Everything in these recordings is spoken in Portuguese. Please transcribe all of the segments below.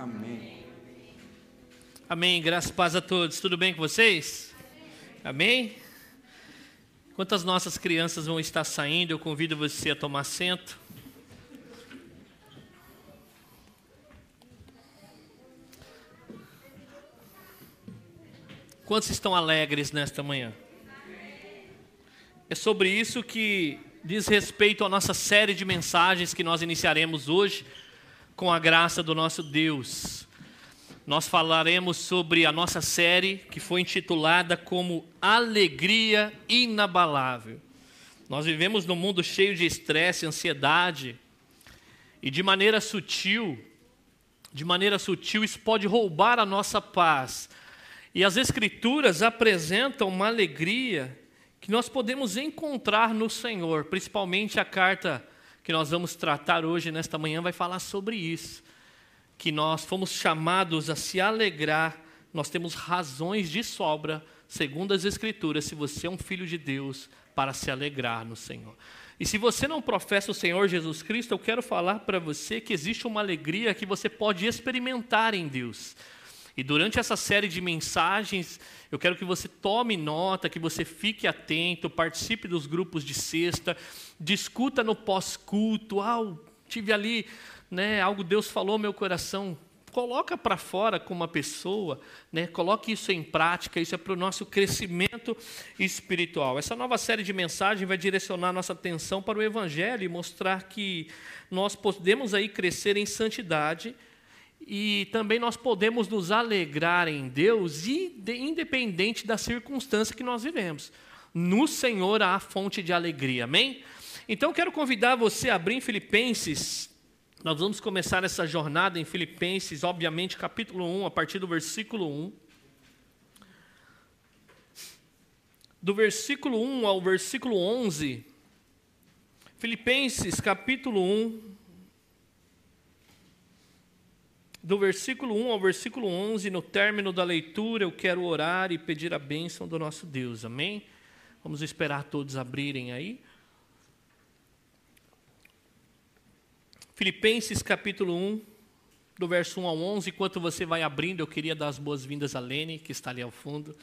Amém. Amém. Graças e paz a todos. Tudo bem com vocês? Amém? Enquanto as nossas crianças vão estar saindo, eu convido você a tomar assento. Quantos estão alegres nesta manhã? É sobre isso que diz respeito à nossa série de mensagens que nós iniciaremos hoje, com a graça do nosso Deus. Nós falaremos sobre a nossa série, que foi intitulada como Alegria Inabalável. Nós vivemos num mundo cheio de estresse, ansiedade, e de maneira sutil, isso pode roubar a nossa paz. E as Escrituras apresentam uma alegria que nós podemos encontrar no Senhor, principalmente a carta que nós vamos tratar hoje, nesta manhã, vai falar sobre isso. Que nós fomos chamados a se alegrar, nós temos razões de sobra, segundo as Escrituras, se você é um filho de Deus, para se alegrar no Senhor. E se você não professa o Senhor Jesus Cristo, eu quero falar para você que existe uma alegria que você pode experimentar em Deus. E durante essa série de mensagens, eu quero que você tome nota, que você fique atento, participe dos grupos de sexta, discuta no pós-culto, tive ali, algo Deus falou no meu coração, coloca para fora com uma pessoa, coloque isso em prática, isso é para o nosso crescimento espiritual. Essa nova série de mensagens vai direcionar nossa atenção para o Evangelho e mostrar que nós podemos aí crescer em santidade e também nós podemos nos alegrar em Deus, independente da circunstância que nós vivemos. No Senhor há fonte de alegria, amém? Então eu quero convidar você a abrir em Filipenses. Nós vamos começar essa jornada em Filipenses, obviamente, capítulo 1, a partir do versículo 1. Do versículo 1 ao versículo 11. Filipenses, capítulo 1. Do versículo 1 ao versículo 11, no término da leitura, eu quero orar e pedir a bênção do nosso Deus, amém? Vamos esperar todos abrirem aí. Filipenses capítulo 1, do verso 1 ao 11, enquanto você vai abrindo, eu queria dar as boas-vindas a Lene, que está ali ao fundo.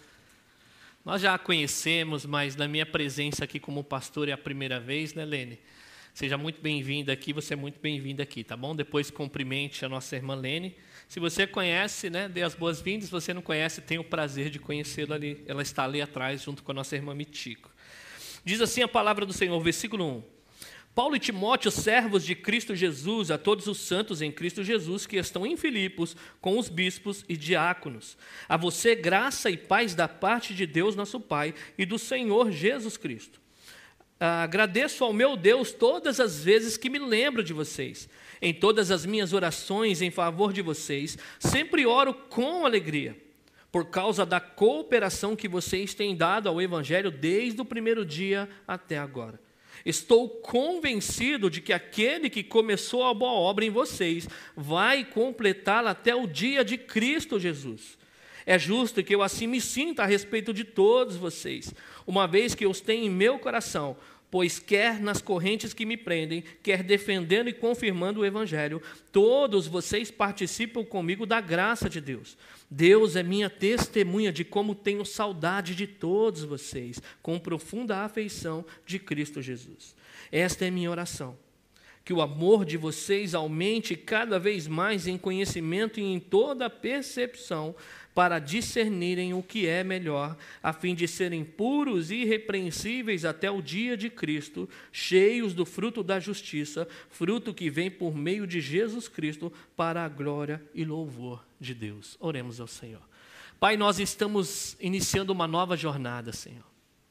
Nós já a conhecemos, mas na minha presença aqui como pastor é a primeira vez, né, Lene? Seja muito bem-vinda aqui, você é muito bem-vinda aqui, tá bom? Depois cumprimente a nossa irmã Lene. Se você conhece, dê as boas-vindas. Se você não conhece, tenha o prazer de conhecê-la ali. Ela está ali atrás, junto com a nossa irmã Mitico. Diz assim a palavra do Senhor, versículo 1. Paulo e Timóteo, servos de Cristo Jesus, a todos os santos em Cristo Jesus, que estão em Filipos, com os bispos e diáconos. A você, graça e paz da parte de Deus, nosso Pai, e do Senhor Jesus Cristo. Agradeço ao meu Deus todas as vezes que me lembro de vocês. Em todas as minhas orações em favor de vocês, sempre oro com alegria, por causa da cooperação que vocês têm dado ao Evangelho desde o primeiro dia até agora. Estou convencido de que aquele que começou a boa obra em vocês vai completá-la até o dia de Cristo Jesus. É justo que eu assim me sinta a respeito de todos vocês, uma vez que eu os tenho em meu coração, pois quer nas correntes que me prendem, quer defendendo e confirmando o Evangelho, todos vocês participam comigo da graça de Deus. Deus é minha testemunha de como tenho saudade de todos vocês, com profunda afeição de Cristo Jesus. Esta é minha oração, que o amor de vocês aumente cada vez mais em conhecimento e em toda percepção, para discernirem o que é melhor, a fim de serem puros e irrepreensíveis até o dia de Cristo, cheios do fruto da justiça, fruto que vem por meio de Jesus Cristo, para a glória e louvor de Deus. Oremos ao Senhor. Pai, nós estamos iniciando uma nova jornada, Senhor,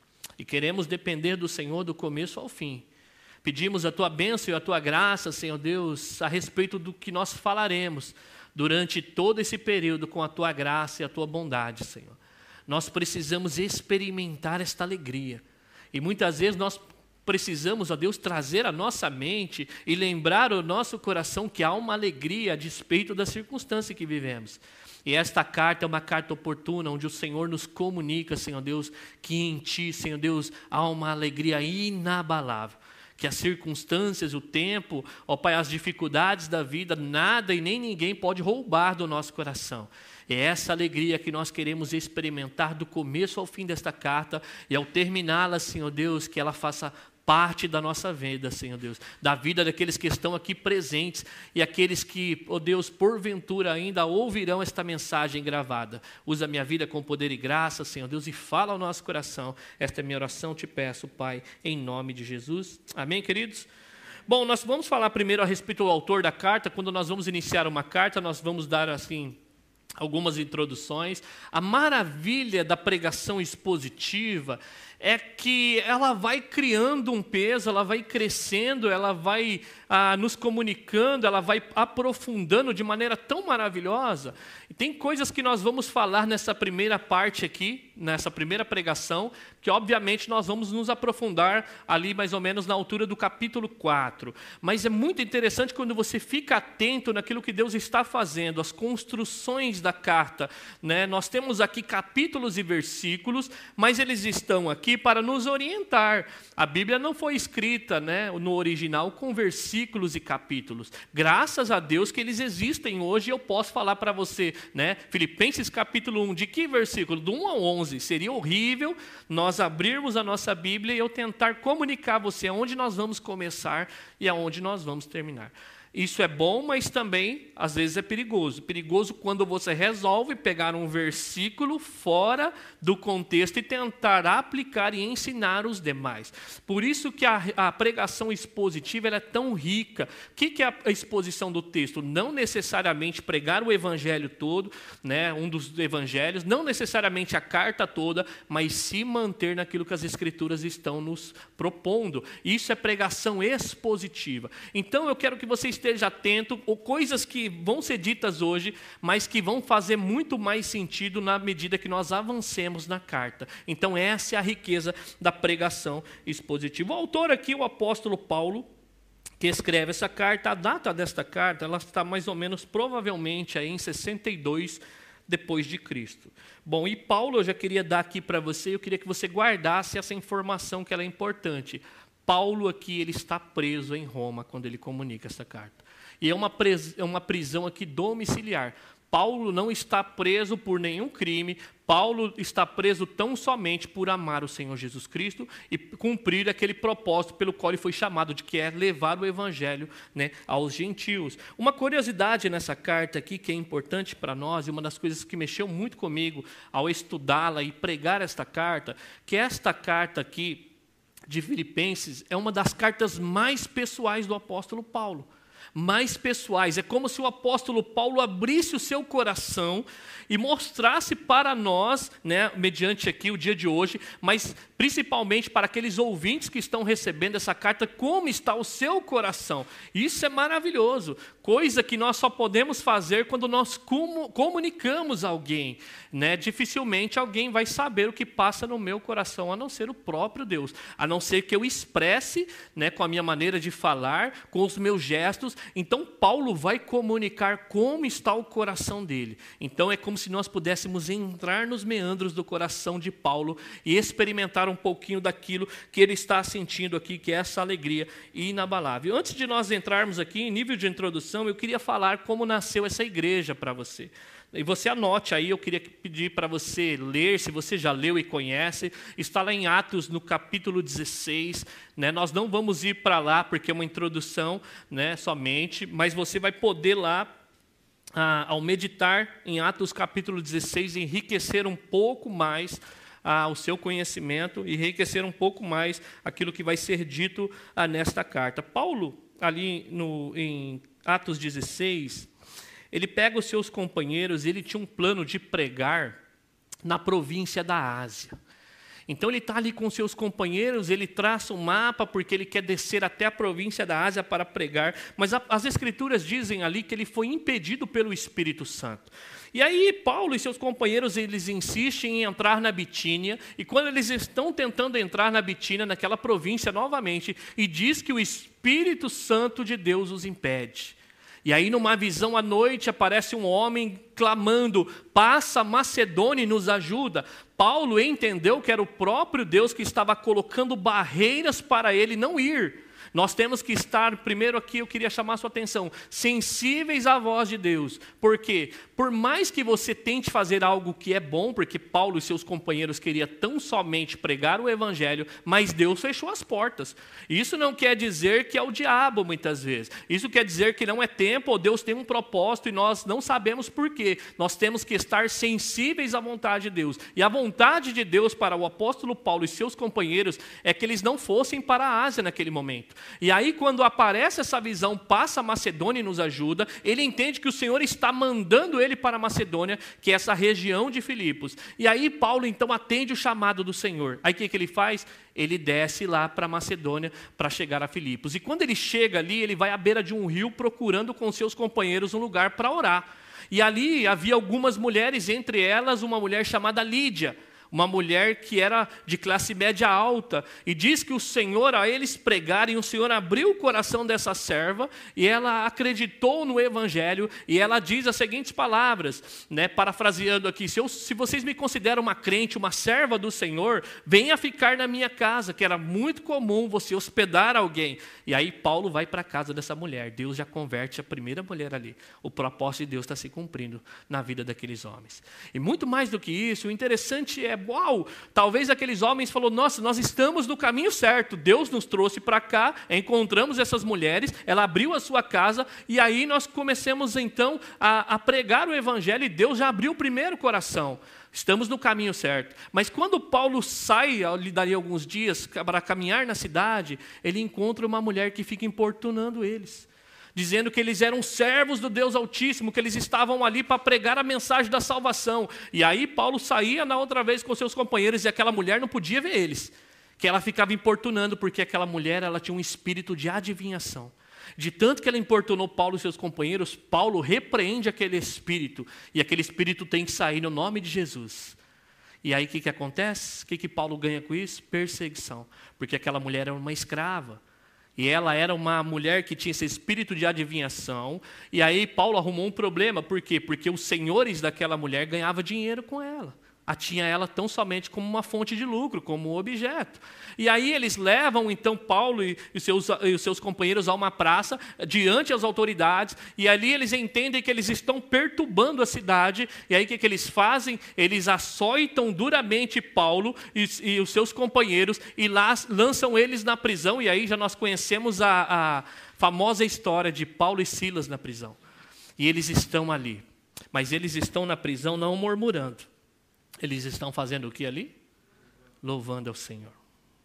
e queremos depender do Senhor do começo ao fim. Pedimos a Tua bênção e a Tua graça, Senhor Deus, a respeito do que nós falaremos durante todo esse período com a Tua graça e a Tua bondade, Senhor. Nós precisamos experimentar esta alegria. E muitas vezes nós precisamos, ó Deus, trazer à nossa mente e lembrar o nosso coração que há uma alegria a despeito da circunstância que vivemos. E esta carta é uma carta oportuna, onde o Senhor nos comunica, Senhor Deus, que em Ti, Senhor Deus, há uma alegria inabalável. que as circunstâncias, o tempo, ó Pai, as dificuldades da vida, nada e nem ninguém pode roubar do nosso coração. É essa alegria que nós queremos experimentar do começo ao fim desta carta, e ao terminá-la, Senhor Deus, que ela faça parte da nossa vida, Senhor Deus, da vida daqueles que estão aqui presentes e aqueles que, ó Deus, porventura ainda ouvirão esta mensagem gravada. Usa a minha vida com poder e graça, Senhor Deus, e fala ao nosso coração. Esta é a minha oração, te peço, Pai, em nome de Jesus. Amém, queridos? Bom, nós vamos falar primeiro a respeito do autor da carta. Quando nós vamos iniciar uma carta, nós vamos dar, assim, algumas introduções. A maravilha da pregação expositiva é que ela vai criando um peso, ela vai crescendo, ela vai nos comunicando, ela vai aprofundando de maneira tão maravilhosa. E tem coisas que nós vamos falar nessa primeira parte aqui, nessa primeira pregação, que obviamente nós vamos nos aprofundar ali mais ou menos na altura do capítulo 4. Mas é muito interessante quando você fica atento naquilo que Deus está fazendo, as construções da carta, né? Nós temos aqui capítulos e versículos, mas eles estão aqui para nos orientar. A Bíblia não foi escrita, né, no original com versículos e capítulos. Graças a Deus que eles existem hoje, eu posso falar para você, né? Filipenses capítulo 1, de que versículo? Do 1 ao 11. Seria horrível nós abrirmos a nossa Bíblia e eu tentar comunicar a você aonde nós vamos começar e aonde nós vamos terminar. Isso é bom, mas também, às vezes, é perigoso. Perigoso quando você resolve pegar um versículo fora do contexto e tentar aplicar e ensinar os demais. Por isso que a pregação expositiva ela é tão rica. O que é a exposição do texto? Não necessariamente pregar o evangelho todo, né, um dos evangelhos, não necessariamente a carta toda, mas se manter naquilo que as Escrituras estão nos propondo. Isso é pregação expositiva. Então, eu quero que vocês esteja atento, ou coisas que vão ser ditas hoje, mas que vão fazer muito mais sentido na medida que nós avancemos na carta. Então essa é a riqueza da pregação expositiva. O autor aqui, o apóstolo Paulo, que escreve essa carta, a data desta carta, ela está mais ou menos, provavelmente, aí em 62 depois de Cristo. Bom, e Paulo, eu já queria dar aqui para você, eu queria que você guardasse essa informação que ela é importante. Paulo aqui, ele está preso em Roma quando ele comunica essa carta. E é uma prisão aqui domiciliar. Paulo não está preso por nenhum crime. Paulo está preso tão somente por amar o Senhor Jesus Cristo e cumprir aquele propósito pelo qual ele foi chamado, de que é levar o evangelho, né, aos gentios. Uma curiosidade nessa carta aqui que é importante para nós, e uma das coisas que mexeu muito comigo ao estudá-la e pregar esta carta, que esta carta aqui de Filipenses é uma das cartas mais pessoais do apóstolo Paulo. Mais pessoais. É como se o apóstolo Paulo abrisse o seu coração e mostrasse para nós, né, mediante aqui o dia de hoje, mas principalmente para aqueles ouvintes que estão recebendo essa carta, como está o seu coração. Isso é maravilhoso. Coisa que nós só podemos fazer quando nós comunicamos a alguém, né? Dificilmente alguém vai saber o que passa no meu coração, a não ser o próprio Deus. A não ser que eu expresse, né, com a minha maneira de falar, com os meus gestos. Então Paulo vai comunicar como está o coração dele. Então é como se nós pudéssemos entrar nos meandros do coração de Paulo e experimentar um pouquinho daquilo que ele está sentindo aqui, que é essa alegria inabalável. Antes de nós entrarmos aqui em nível de introdução, eu queria falar como nasceu essa igreja para você. E você anote aí, eu queria pedir para você ler, se você já leu e conhece, está lá em Atos, no capítulo 16, né? Nós não vamos ir para lá, porque é uma introdução, né, somente, mas você vai poder lá, ao meditar em Atos capítulo 16, enriquecer um pouco mais o seu conhecimento, e enriquecer um pouco mais aquilo que vai ser dito nesta carta. Paulo, ali em Atos 16... ele pega os seus companheiros, ele tinha um plano de pregar na província da Ásia. Então ele está ali com seus companheiros, ele traça um mapa porque ele quer descer até a província da Ásia para pregar, mas as Escrituras dizem ali que ele foi impedido pelo Espírito Santo. E aí Paulo e seus companheiros, eles insistem em entrar na Bitínia, e quando eles estão tentando entrar na Bitínia, naquela província novamente, e diz que o Espírito Santo de Deus os impede. E aí, numa visão à noite, aparece um homem clamando: passa Macedônia e nos ajuda. Paulo entendeu que era o próprio Deus que estava colocando barreiras para ele não ir. Nós temos que estar, primeiro aqui eu queria chamar a sua atenção, sensíveis à voz de Deus. Por quê? Por mais que você tente fazer algo que é bom, porque Paulo e seus companheiros queriam tão somente pregar o evangelho, mas Deus fechou as portas. Isso não quer dizer que é o diabo muitas vezes. Isso quer dizer que não é tempo, ou Deus tem um propósito e nós não sabemos por quê. Nós temos que estar sensíveis à vontade de Deus. E a vontade de Deus para o apóstolo Paulo e seus companheiros é que eles não fossem para a Ásia naquele momento. E aí quando aparece essa visão, passa a Macedônia e nos ajuda, ele entende que o Senhor está mandando ele para a Macedônia, que é essa região de Filipos. E aí Paulo então atende o chamado do Senhor. Aí o que ele faz? Ele desce lá para a Macedônia para chegar a Filipos. E quando ele chega ali, ele vai à beira de um rio procurando com seus companheiros um lugar para orar. E ali havia algumas mulheres, entre elas uma mulher chamada Lídia, uma mulher que era de classe média alta, e diz que o Senhor, a eles pregarem, o Senhor abriu o coração dessa serva, e ela acreditou no Evangelho, e ela diz as seguintes palavras, parafraseando aqui, se vocês me consideram uma crente, uma serva do Senhor, venha ficar na minha casa, que era muito comum você hospedar alguém. E aí Paulo vai para a casa dessa mulher, Deus já converte a primeira mulher ali, o propósito de Deus está se cumprindo na vida daqueles homens. E muito mais do que isso, o interessante é, uau, talvez aqueles homens falaram, nossa, nós estamos no caminho certo, Deus nos trouxe para cá, encontramos essas mulheres, ela abriu a sua casa, e aí nós começamos então a pregar o Evangelho, e Deus já abriu o primeiro coração. Estamos no caminho certo. Mas quando Paulo sai, lhe daria alguns dias, para caminhar na cidade, ele encontra uma mulher que fica importunando eles, dizendo que eles eram servos do Deus Altíssimo, que eles estavam ali para pregar a mensagem da salvação. E aí Paulo saía na outra vez com seus companheiros, e aquela mulher não podia ver eles, que ela ficava importunando, porque aquela mulher ela tinha um espírito de adivinhação. De tanto que ela importunou Paulo e seus companheiros, Paulo repreende aquele espírito, e aquele espírito tem que sair no nome de Jesus. E aí o que acontece? O que Paulo ganha com isso? Perseguição, porque aquela mulher era uma escrava, e ela era uma mulher que tinha esse espírito de adivinhação, e aí Paulo arrumou um problema, por quê? Porque os senhores daquela mulher ganhavam dinheiro com ela. Tinha ela tão somente como uma fonte de lucro, como um objeto. E aí eles levam então Paulo e os seus companheiros a uma praça, diante das autoridades, e ali eles entendem que eles estão perturbando a cidade, e aí o que eles fazem? Eles açoitam duramente Paulo e os seus companheiros, e lá lançam eles na prisão, e aí já nós conhecemos a famosa história de Paulo e Silas na prisão. E eles estão ali, mas eles estão na prisão não murmurando. Eles estão fazendo o que ali? Louvando ao Senhor.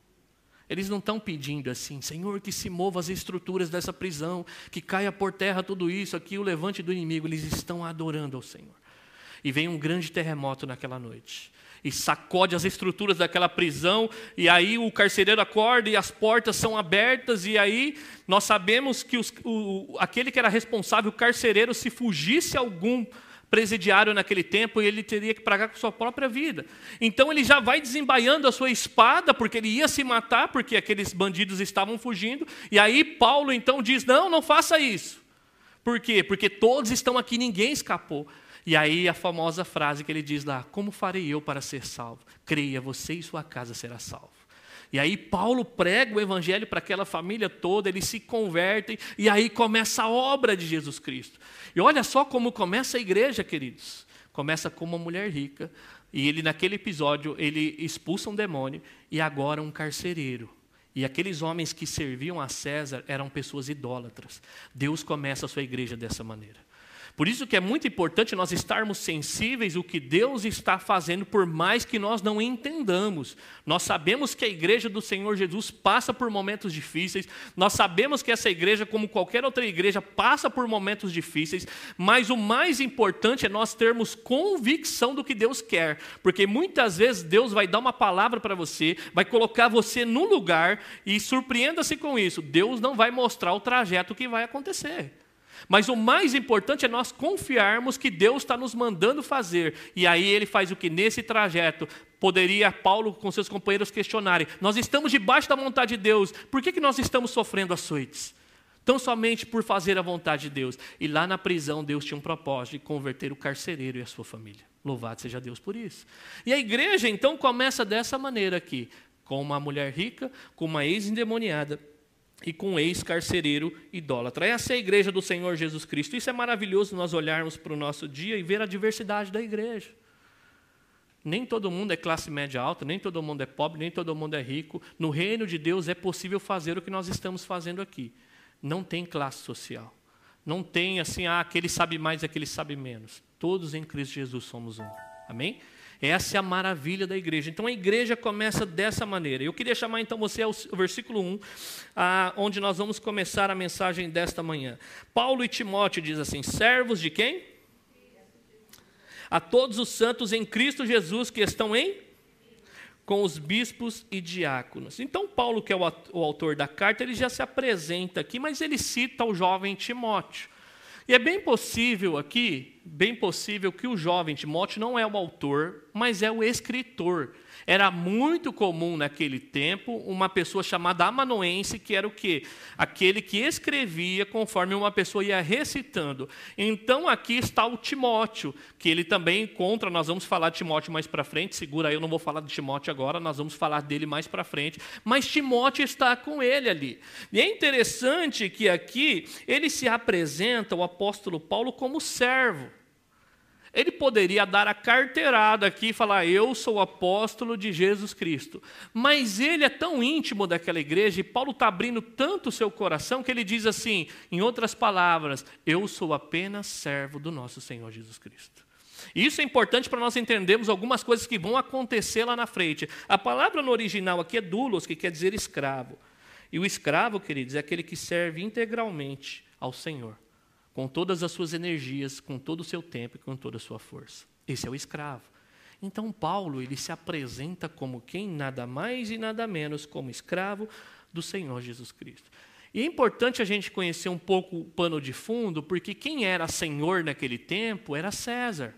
Eles não estão pedindo assim, Senhor, que se mova as estruturas dessa prisão, que caia por terra tudo isso, aqui o levante do inimigo. Eles estão adorando ao Senhor. E vem um grande terremoto naquela noite, e sacode as estruturas daquela prisão, e aí o carcereiro acorda, e as portas são abertas, e aí nós sabemos que aquele que era responsável, o carcereiro, se fugisse algum presidiário naquele tempo, e ele teria que pagar com sua própria vida. Então ele já vai desembaiando a sua espada, porque ele ia se matar, porque aqueles bandidos estavam fugindo. E aí Paulo então diz, não faça isso. Por quê? Porque todos estão aqui, ninguém escapou. E aí a famosa frase que ele diz lá, como farei eu para ser salvo? Creia, você e sua casa será salvo. E aí Paulo prega o evangelho para aquela família toda, eles se convertem, e aí começa a obra de Jesus Cristo. E olha só como começa a igreja, queridos. Começa com uma mulher rica, e ele naquele episódio, ele expulsa um demônio, e agora um carcereiro. E aqueles homens que serviam a César eram pessoas idólatras. Deus começa a sua igreja dessa maneira. Por isso que é muito importante nós estarmos sensíveis ao que Deus está fazendo, por mais que nós não entendamos. Nós sabemos que a igreja do Senhor Jesus passa por momentos difíceis, nós sabemos que essa igreja, como qualquer outra igreja, passa por momentos difíceis, mas o mais importante é nós termos convicção do que Deus quer, porque muitas vezes Deus vai dar uma palavra para você, vai colocar você no lugar, e surpreenda-se com isso, Deus não vai mostrar o trajeto que vai acontecer. Mas o mais importante é nós confiarmos que Deus está nos mandando fazer. E aí ele faz o que nesse trajeto? Poderia Paulo com seus companheiros questionarem. Nós estamos debaixo da vontade de Deus. Por que nós estamos sofrendo açoites? Tão somente por fazer a vontade de Deus. E lá na prisão Deus tinha um propósito de converter o carcereiro e a sua família. Louvado seja Deus por isso. E a igreja então começa dessa maneira aqui. Com uma mulher rica, com uma ex-endemoniada. e com um ex-carcereiro idólatra. Essa é a igreja do Senhor Jesus Cristo. Isso é maravilhoso nós olharmos para o nosso dia e ver a diversidade da igreja. Nem todo mundo é classe média alta, nem todo mundo é pobre, nem todo mundo é rico. No reino de Deus é possível fazer o que nós estamos fazendo aqui. Não tem classe social. Não tem assim, aquele sabe mais, aquele sabe menos. Todos em Cristo Jesus somos um. Amém? Essa é a maravilha da igreja. Então a igreja começa dessa maneira. Eu queria chamar então você ao versículo 1, onde nós vamos começar a mensagem desta manhã. Paulo e Timóteo diz assim: servos de quem? A todos os santos em Cristo Jesus que estão com os bispos e diáconos. Então Paulo, que é o autor da carta, ele já se apresenta aqui, mas ele cita o jovem Timóteo. E é bem possível que o jovem Timóteo não é o autor, mas é o escritor. Era muito comum naquele tempo uma pessoa chamada amanuense, que era o quê? Aquele que escrevia conforme uma pessoa ia recitando. Então aqui está o Timóteo, que ele também encontra, nós vamos falar de Timóteo mais para frente, segura aí, eu não vou falar de Timóteo agora, nós vamos falar dele mais para frente, mas Timóteo está com ele ali. E é interessante que aqui ele se apresenta, o apóstolo Paulo, como servo. Ele poderia dar a carteirada aqui e falar: eu sou apóstolo de Jesus Cristo. Mas ele é tão íntimo daquela igreja, e Paulo está abrindo tanto o seu coração, que ele diz assim, em outras palavras: eu sou apenas servo do nosso Senhor Jesus Cristo. Isso é importante para nós entendermos algumas coisas que vão acontecer lá na frente. A palavra no original aqui é doulos, que quer dizer escravo. E o escravo, queridos, é aquele que serve integralmente ao Senhor, com todas as suas energias, com todo o seu tempo e com toda a sua força. Esse é o escravo. Então Paulo, ele se apresenta como quem? Nada mais e nada menos como escravo do Senhor Jesus Cristo. E é importante a gente conhecer um pouco o pano de fundo, porque quem era senhor naquele tempo era César.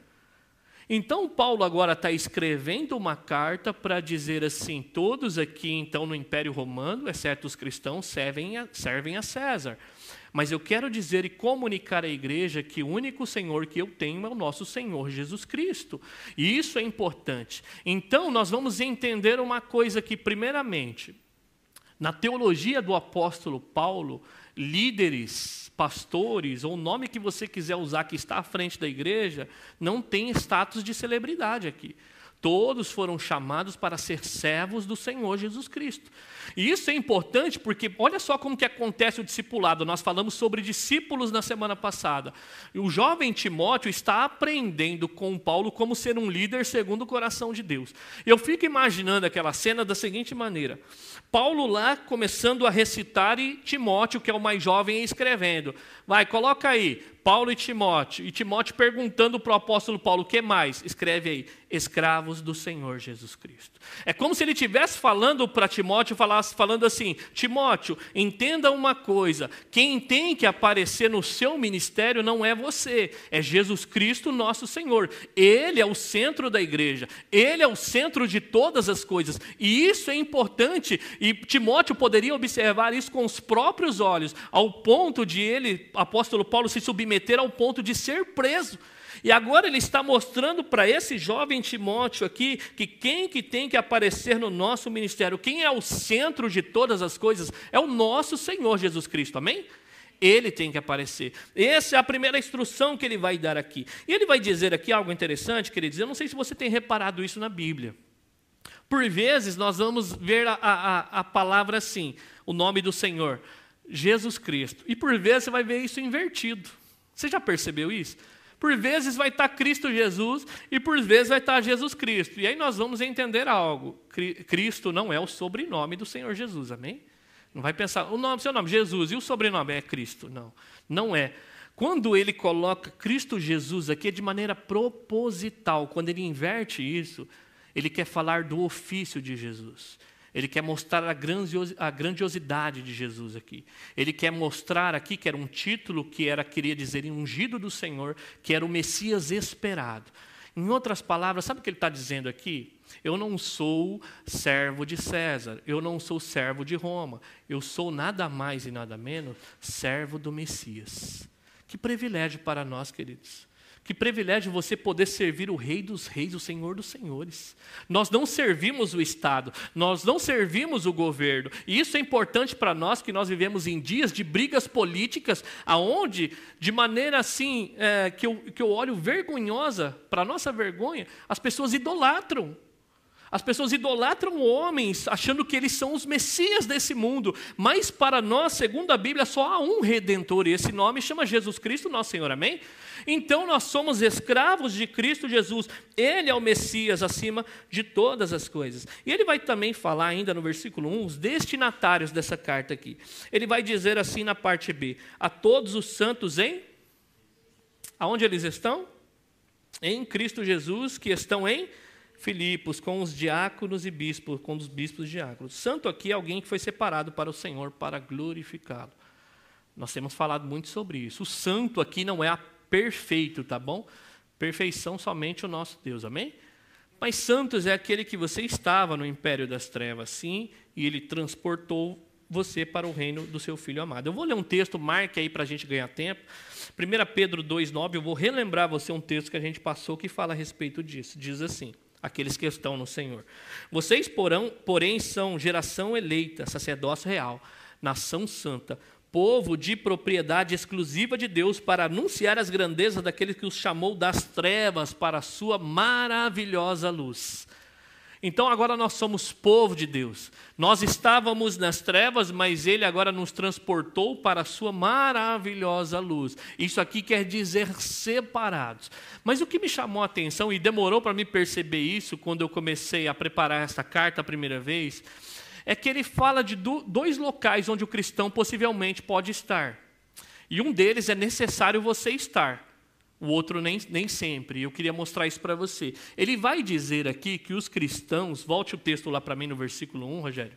Então Paulo agora está escrevendo uma carta para dizer assim: todos aqui então no Império Romano, exceto os cristãos, servem a César. Mas eu quero dizer e comunicar à igreja que o único Senhor que eu tenho é o nosso Senhor Jesus Cristo. E isso é importante. Então nós vamos entender uma coisa que, primeiramente, na teologia do apóstolo Paulo, líderes, pastores, ou o nome que você quiser usar que está à frente da igreja, não tem status de celebridade aqui. Todos foram chamados para ser servos do Senhor Jesus Cristo. E isso é importante porque olha só como que acontece o discipulado. Nós falamos sobre discípulos na semana passada. O jovem Timóteo está aprendendo com Paulo como ser um líder segundo o coração de Deus. Eu fico imaginando aquela cena da seguinte maneira: Paulo lá começando a recitar e Timóteo, que é o mais jovem, escrevendo. Vai, coloca aí, Paulo e Timóteo perguntando para o apóstolo Paulo: o que mais? Escreve aí, escravos do Senhor Jesus Cristo. É como se ele estivesse falando para Timóteo, falando assim: Timóteo, entenda uma coisa, quem tem que aparecer no seu ministério não é você, é Jesus Cristo nosso Senhor. Ele é o centro da igreja, Ele é o centro de todas as coisas, e isso é importante, e Timóteo poderia observar isso com os próprios olhos, ao ponto de ele, apóstolo Paulo, se submeter ao ponto de ser preso. E agora ele está mostrando para esse jovem Timóteo aqui que quem que tem que aparecer no nosso ministério, quem é o centro de todas as coisas, é o nosso Senhor Jesus Cristo, amém? Ele tem que aparecer. Essa é a primeira instrução que ele vai dar aqui. E ele vai dizer aqui algo interessante, queridos. Eu não sei se você tem reparado isso na Bíblia. Por vezes nós vamos ver a palavra assim, o nome do Senhor, Jesus Cristo. E por vezes você vai ver isso invertido. Você já percebeu isso? Por vezes vai estar Cristo Jesus e por vezes vai estar Jesus Cristo. E aí nós vamos entender algo. Cristo não é o sobrenome do Senhor Jesus, amém? Não vai pensar, seu nome, Jesus, e o sobrenome é Cristo. Não, não é. Quando ele coloca Cristo Jesus aqui é de maneira proposital. Quando ele inverte isso, ele quer falar do ofício de Jesus. Ele quer mostrar a grandiosidade de Jesus aqui. Ele quer mostrar aqui que era um título queria dizer ungido do Senhor, que era o Messias esperado. Em outras palavras, sabe o que ele está dizendo aqui? Eu não sou servo de César, eu não sou servo de Roma, eu sou nada mais e nada menos servo do Messias. Que privilégio para nós, queridos. Que privilégio você poder servir o Rei dos Reis, o Senhor dos Senhores. Nós não servimos o Estado, nós não servimos o governo. E isso é importante para nós, que nós vivemos em dias de brigas políticas, aonde, de maneira assim, que eu olho vergonhosa, para a nossa vergonha, as pessoas idolatram. As pessoas idolatram homens, achando que eles são os messias desse mundo. Mas para nós, segundo a Bíblia, só há um Redentor, e esse nome chama Jesus Cristo, nosso Senhor, amém? Então nós somos escravos de Cristo Jesus. Ele é o Messias acima de todas as coisas. E ele vai também falar ainda no versículo 1, os destinatários dessa carta aqui. Ele vai dizer assim na parte B, a todos os santos aonde eles estão? Em Cristo Jesus, que estão em Filipos, com os diáconos e bispos, com os bispos e diáconos. Santo aqui é alguém que foi separado para o Senhor, para glorificá-lo. Nós temos falado muito sobre isso. O santo aqui não é perfeito, tá bom? Perfeição somente o nosso Deus, amém? Mas santos é aquele que você estava no império das trevas, sim, e ele transportou você para o reino do seu Filho amado. Eu vou ler um texto, marque aí para a gente ganhar tempo. 1 Pedro 2,9, eu vou relembrar você um texto que a gente passou que fala a respeito disso. Diz assim, aqueles que estão no Senhor. Vocês, porém, são geração eleita, sacerdócio real, nação santa, povo de propriedade exclusiva de Deus, para anunciar as grandezas daquele que os chamou das trevas para a sua maravilhosa luz. Então agora nós somos povo de Deus. Nós estávamos nas trevas, mas Ele agora nos transportou para a sua maravilhosa luz. Isso aqui quer dizer separados. Mas o que me chamou a atenção, e demorou para me perceber isso, quando eu comecei a preparar essa carta a primeira vez, é que ele fala de dois locais onde o cristão possivelmente pode estar. E um deles é necessário você estar. O outro nem sempre. Eu queria mostrar isso para você. Ele vai dizer aqui que os cristãos, volte o texto lá para mim no versículo 1, Rogério.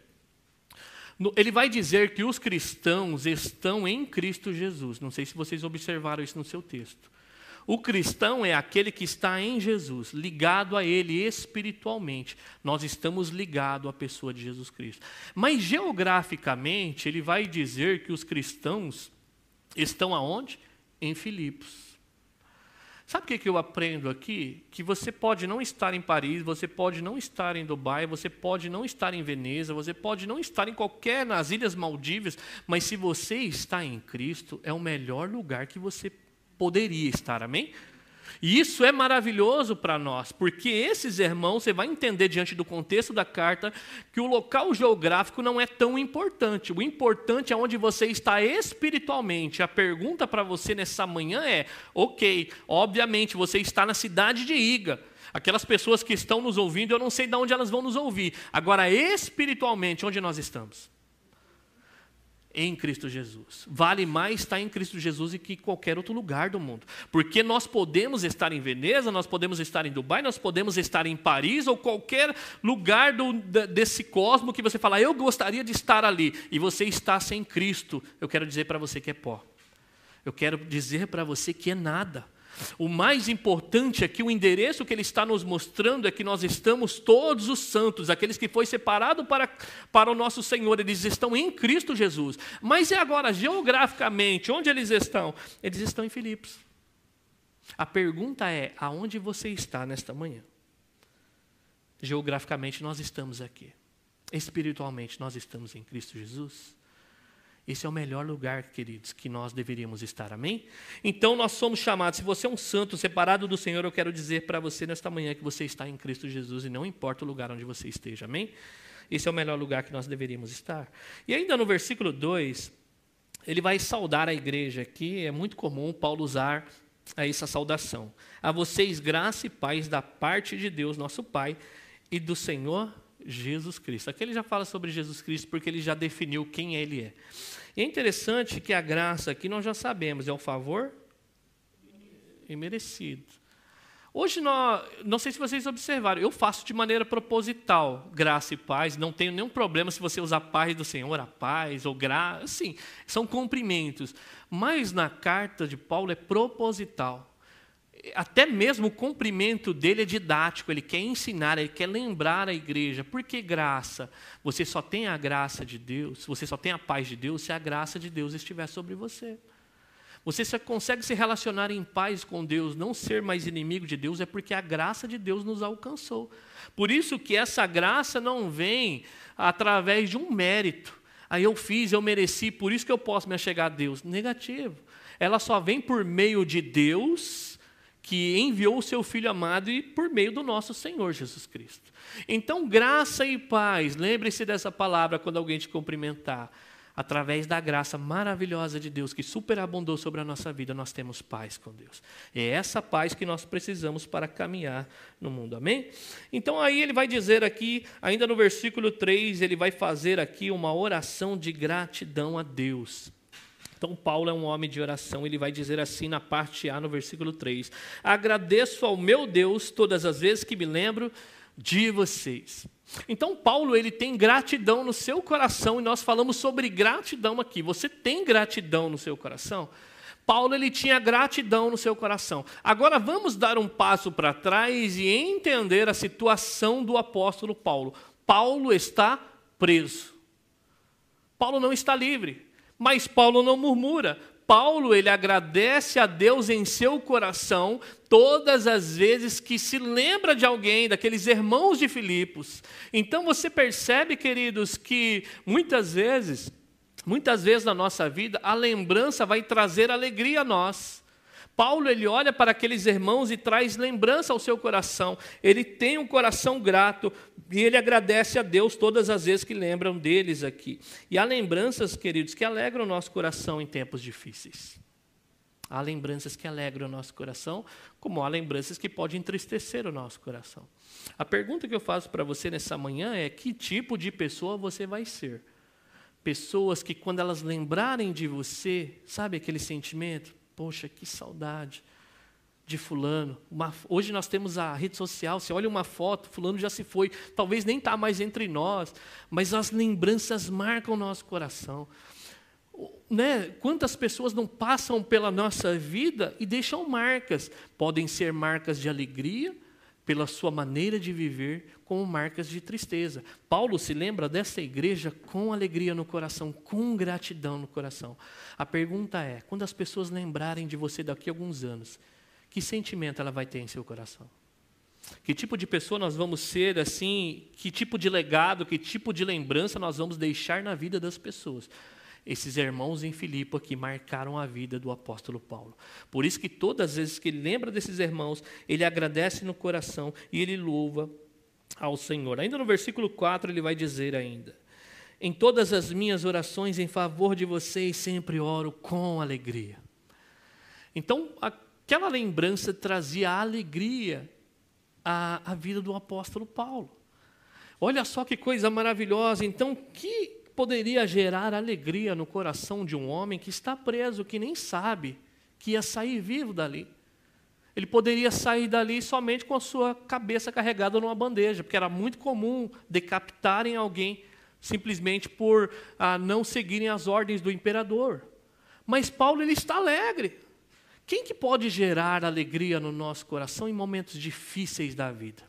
Ele vai dizer que os cristãos estão em Cristo Jesus. Não sei se vocês observaram isso no seu texto. O cristão é aquele que está em Jesus, ligado a Ele espiritualmente. Nós estamos ligados à pessoa de Jesus Cristo. Mas geograficamente, ele vai dizer que os cristãos estão aonde? Em Filipos. Sabe o que eu aprendo aqui? Que você pode não estar em Paris, você pode não estar em Dubai, você pode não estar em Veneza, você pode não estar em nas Ilhas Maldivas, mas se você está em Cristo, é o melhor lugar que você poderia estar, amém? E isso é maravilhoso para nós, porque esses irmãos, você vai entender diante do contexto da carta, que o local geográfico não é tão importante. O importante é onde você está espiritualmente. A pergunta para você nessa manhã é, ok, obviamente você está na cidade de Iga. Aquelas pessoas que estão nos ouvindo, eu não sei de onde elas vão nos ouvir. Agora, espiritualmente, onde nós estamos? Em Cristo Jesus. Vale mais estar em Cristo Jesus do que qualquer outro lugar do mundo. Porque nós podemos estar em Veneza, nós podemos estar em Dubai, nós podemos estar em Paris ou qualquer lugar desse cosmo que você fala, eu gostaria de estar ali. E você está sem Cristo. Eu quero dizer para você que é pó. Eu quero dizer para você que é nada. O mais importante é que o endereço que ele está nos mostrando é que nós estamos todos os santos, aqueles que foi separado para o nosso Senhor, eles estão em Cristo Jesus. Mas e agora, geograficamente, onde eles estão? Eles estão em Filipos. A pergunta é, aonde você está nesta manhã? Geograficamente nós estamos aqui. Espiritualmente nós estamos em Cristo Jesus. Esse é o melhor lugar, queridos, que nós deveríamos estar, amém? Então nós somos chamados, se você é um santo separado do Senhor, eu quero dizer para você nesta manhã que você está em Cristo Jesus e não importa o lugar onde você esteja, amém? Esse é o melhor lugar que nós deveríamos estar. E ainda no versículo 2, ele vai saudar a igreja aqui, é muito comum Paulo usar essa saudação. A vocês graça e paz da parte de Deus, nosso Pai, e do Senhor Jesus Cristo. Aqui ele já fala sobre Jesus Cristo porque ele já definiu quem ele é. E é interessante que a graça aqui nós já sabemos, é o favor imerecido. Hoje, não sei se vocês observaram, eu faço de maneira proposital, graça e paz, não tenho nenhum problema se você usar paz do Senhor, a paz ou graça, assim, são cumprimentos. Mas na carta de Paulo é proposital. Até mesmo o cumprimento dele é didático, ele quer ensinar, ele quer lembrar a igreja. Por que graça? Você só tem a graça de Deus, você só tem a paz de Deus se a graça de Deus estiver sobre você. Você só consegue se relacionar em paz com Deus, não ser mais inimigo de Deus, é porque a graça de Deus nos alcançou. Por isso que essa graça não vem através de um mérito. Aí eu fiz, eu mereci, por isso que eu posso me achegar a Deus. Negativo. Ela só vem por meio de Deus, que enviou o seu Filho amado, e por meio do nosso Senhor Jesus Cristo. Então, graça e paz, lembre-se dessa palavra quando alguém te cumprimentar. Através da graça maravilhosa de Deus, que superabundou sobre a nossa vida, nós temos paz com Deus. É essa paz que nós precisamos para caminhar no mundo, amém? Então aí ele vai dizer aqui, ainda no versículo 3, ele vai fazer aqui uma oração de gratidão a Deus. Então Paulo é um homem de oração, ele vai dizer assim na parte A, no versículo 3, agradeço ao meu Deus todas as vezes que me lembro de vocês. Então Paulo, ele tem gratidão no seu coração, e nós falamos sobre gratidão aqui. Você tem gratidão no seu coração? Paulo, ele tinha gratidão no seu coração. Agora vamos dar um passo para trás e entender a situação do apóstolo Paulo. Paulo está preso. Paulo não está livre, mas Paulo não murmura. Paulo, ele agradece a Deus em seu coração todas as vezes que se lembra de alguém, daqueles irmãos de Filipos. Então você percebe, queridos, que muitas vezes na nossa vida, a lembrança vai trazer alegria a nós. Paulo, ele olha para aqueles irmãos e traz lembrança ao seu coração. Ele tem um coração grato e ele agradece a Deus todas as vezes que lembram deles aqui. E há lembranças, queridos, que alegram o nosso coração em tempos difíceis. Há lembranças que alegram o nosso coração, como há lembranças que podem entristecer o nosso coração. A pergunta que eu faço para você nessa manhã é: que tipo de pessoa você vai ser? Pessoas que, quando elas lembrarem de você, sabe aquele sentimento? Poxa, que saudade de fulano. Hoje nós temos a rede social, você olha uma foto, fulano já se foi, talvez nem está mais entre nós, mas as lembranças marcam o nosso coração. Né? Quantas pessoas não passam pela nossa vida e deixam marcas? Podem ser marcas de alegria, pela sua maneira de viver, como marcas de tristeza. Paulo se lembra dessa igreja com alegria no coração, com gratidão no coração. A pergunta é, quando as pessoas lembrarem de você daqui a alguns anos, que sentimento ela vai ter em seu coração? Que tipo de pessoa nós vamos ser assim? Que tipo de legado, que tipo de lembrança nós vamos deixar na vida das pessoas? Esses irmãos em Filipe aqui marcaram a vida do apóstolo Paulo. Por isso que todas as vezes que ele lembra desses irmãos, ele agradece no coração e ele louva ao Senhor. Ainda no versículo 4 ele vai dizer ainda: em todas as minhas orações em favor de vocês sempre oro com alegria. Então aquela lembrança trazia alegria à vida do apóstolo Paulo. Olha só que coisa maravilhosa. Então, que poderia gerar alegria no coração de um homem que está preso, que nem sabe que ia sair vivo dali? Ele poderia sair dali somente com a sua cabeça carregada numa bandeja, porque era muito comum decapitarem alguém simplesmente por não seguirem as ordens do imperador. Mas Paulo, ele está alegre. Quem que pode gerar alegria no nosso coração em momentos difíceis da vida?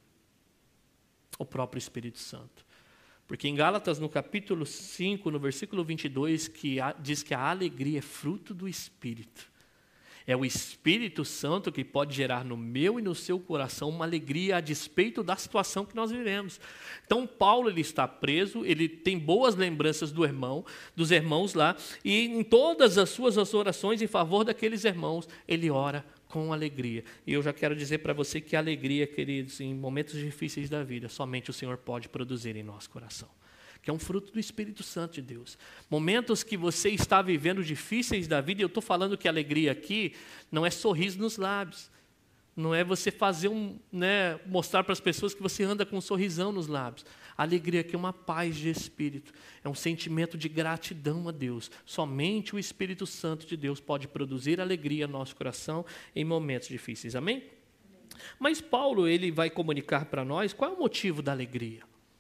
O próprio Espírito Santo. Porque em Gálatas, no capítulo 5, no versículo 22, diz que a alegria é fruto do Espírito. É o Espírito Santo que pode gerar no meu e no seu coração uma alegria a despeito da situação que nós vivemos. Então, Paulo, ele está preso, ele tem boas lembranças dos irmãos lá, e em todas as suas orações em favor daqueles irmãos, ele ora com alegria. E eu já quero dizer para você que a alegria, queridos, em momentos difíceis da vida, somente o Senhor pode produzir em nosso coração. Que é um fruto do Espírito Santo de Deus. Momentos que você está vivendo difíceis da vida, e eu estou falando que a alegria aqui não é sorriso nos lábios. Não é você fazer mostrar para as pessoas que você anda com um sorrisão nos lábios. A alegria aqui é uma paz de espírito. É um sentimento de gratidão a Deus. Somente o Espírito Santo de Deus pode produzir alegria no nosso coração em momentos difíceis. Amém? Mas Paulo, ele vai comunicar para nós qual é o motivo da alegria.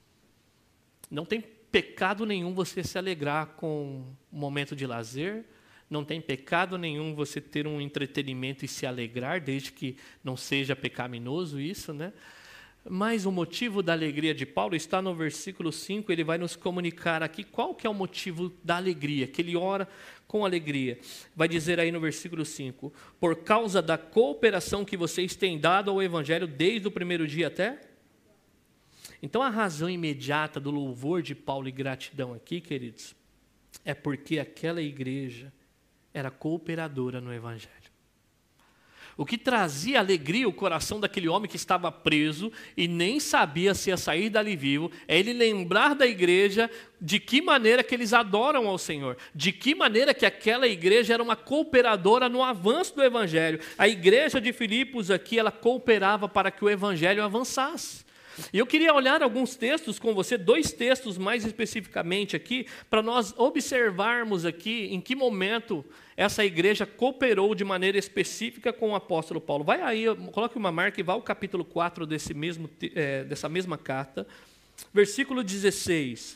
Não tem pecado nenhum você se alegrar com um momento de lazer, não tem pecado nenhum você ter um entretenimento e se alegrar, desde que não seja pecaminoso isso, né? Mas o motivo da alegria de Paulo está no versículo 5, ele vai nos comunicar aqui qual que é o motivo da alegria, que ele ora com alegria. Vai dizer aí no versículo 5, por causa da cooperação que vocês têm dado ao Evangelho desde o primeiro dia até? Então a razão imediata do louvor de Paulo e gratidão aqui, queridos, é porque aquela igreja era cooperadora no Evangelho. O que trazia alegria ao coração daquele homem que estava preso e nem sabia se ia sair dali vivo, é ele lembrar da igreja de que maneira que eles adoram ao Senhor, de que maneira que aquela igreja era uma cooperadora no avanço do Evangelho. A igreja de Filipos aqui, ela cooperava para que o Evangelho avançasse. E eu queria olhar alguns textos com você, 2 textos mais especificamente aqui, para nós observarmos aqui em que momento essa igreja cooperou de maneira específica com o apóstolo Paulo. Vai aí, coloque uma marca e vá ao capítulo 4 dessa mesma carta, versículo 16.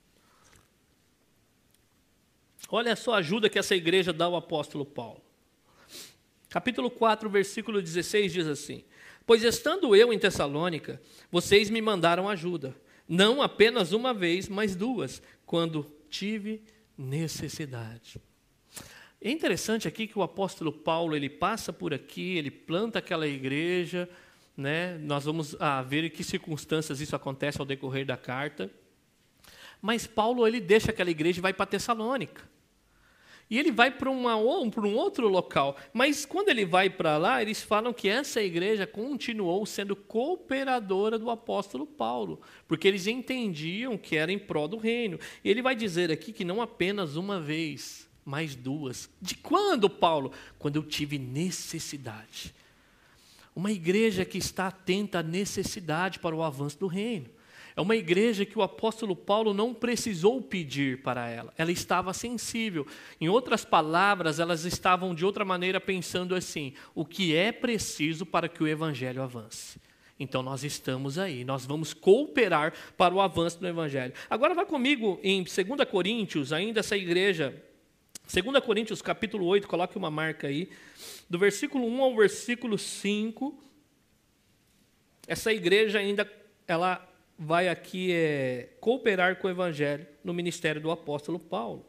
Olha só a ajuda que essa igreja dá ao apóstolo Paulo. Capítulo 4, versículo 16 diz assim: pois estando eu em Tessalônica, vocês me mandaram ajuda, não apenas uma vez, mas 2, quando tive necessidade. É interessante aqui que o apóstolo Paulo, ele passa por aqui, ele planta aquela igreja, né? Nós vamos ver em que circunstâncias isso acontece ao decorrer da carta. Mas Paulo, ele deixa aquela igreja e vai para Tessalônica. E ele vai para um outro local. Mas quando ele vai para lá, eles falam que essa igreja continuou sendo cooperadora do apóstolo Paulo, porque eles entendiam que era em prol do reino. E ele vai dizer aqui que não apenas uma vez, mas 2. De quando, Paulo? Quando eu tive necessidade. Uma igreja que está atenta à necessidade para o avanço do reino. É uma igreja que o apóstolo Paulo não precisou pedir para ela. Ela estava sensível. Em outras palavras, elas estavam de outra maneira pensando assim: o que é preciso para que o evangelho avance? Então nós estamos aí, nós vamos cooperar para o avanço do evangelho. Agora vá comigo em 2 Coríntios, ainda essa igreja, 2 Coríntios capítulo 8, coloque uma marca aí, do versículo 1 ao versículo 5, essa igreja ainda, ela vai aqui cooperar com o Evangelho no ministério do apóstolo Paulo.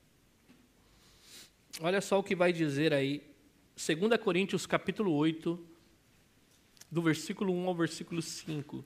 Olha só o que vai dizer aí, 2 Coríntios capítulo 8, do versículo 1 ao versículo 5.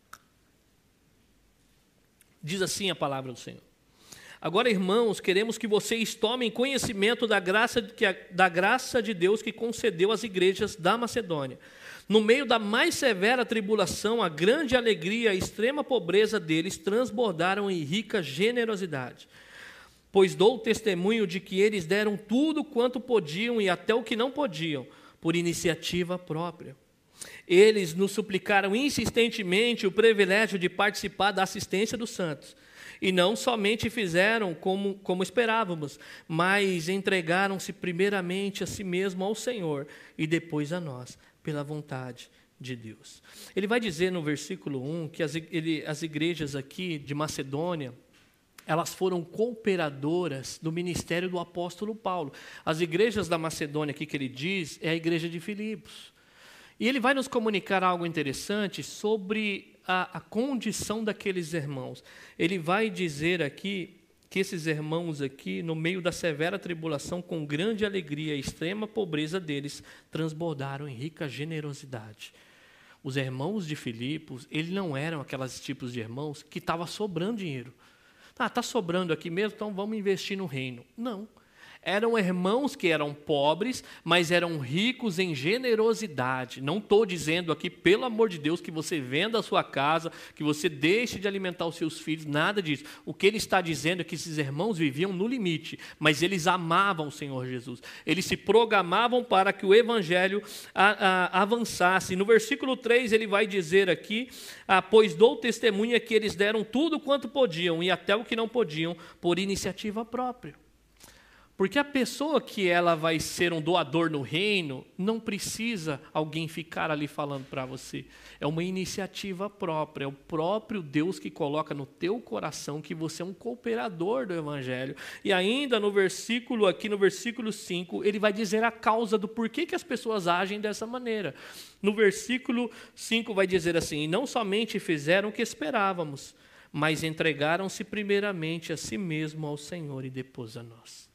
Diz assim a palavra do Senhor: agora, irmãos, queremos que vocês tomem conhecimento da graça de Deus que concedeu às igrejas da Macedônia. No meio da mais severa tribulação, a grande alegria e a extrema pobreza deles transbordaram em rica generosidade. Pois dou testemunho de que eles deram tudo quanto podiam e até o que não podiam, por iniciativa própria. Eles nos suplicaram insistentemente o privilégio de participar da assistência dos santos. E não somente fizeram como esperávamos, mas entregaram-se primeiramente a si mesmo ao Senhor e depois a nós, pela vontade de Deus. Ele vai dizer no versículo 1 que as igrejas aqui de Macedônia, elas foram cooperadoras do ministério do apóstolo Paulo. As igrejas da Macedônia aqui que ele diz é a igreja de Filipos. E ele vai nos comunicar algo interessante sobre a condição daqueles irmãos. Ele vai dizer aqui que esses irmãos aqui, no meio da severa tribulação, com grande alegria e extrema pobreza deles, transbordaram em rica generosidade. Os irmãos de Filipos, eles não eram aqueles tipos de irmãos que estava sobrando dinheiro. Está sobrando aqui mesmo, então vamos investir no reino. Não. Eram irmãos que eram pobres, mas eram ricos em generosidade. Não estou dizendo aqui, pelo amor de Deus, que você venda a sua casa, que você deixe de alimentar os seus filhos, nada disso. O que ele está dizendo é que esses irmãos viviam no limite, mas eles amavam o Senhor Jesus. Eles se programavam para que o evangelho avançasse. No versículo 3 ele vai dizer aqui, pois dou testemunha que eles deram tudo quanto podiam e até o que não podiam, por iniciativa própria. Porque a pessoa que ela vai ser um doador no reino, não precisa alguém ficar ali falando para você. É uma iniciativa própria, é o próprio Deus que coloca no teu coração que você é um cooperador do Evangelho. E ainda no versículo 5, ele vai dizer a causa do porquê que as pessoas agem dessa maneira. No versículo 5 vai dizer assim: e não somente fizeram o que esperávamos, mas entregaram-se primeiramente a si mesmo ao Senhor e depois a nós.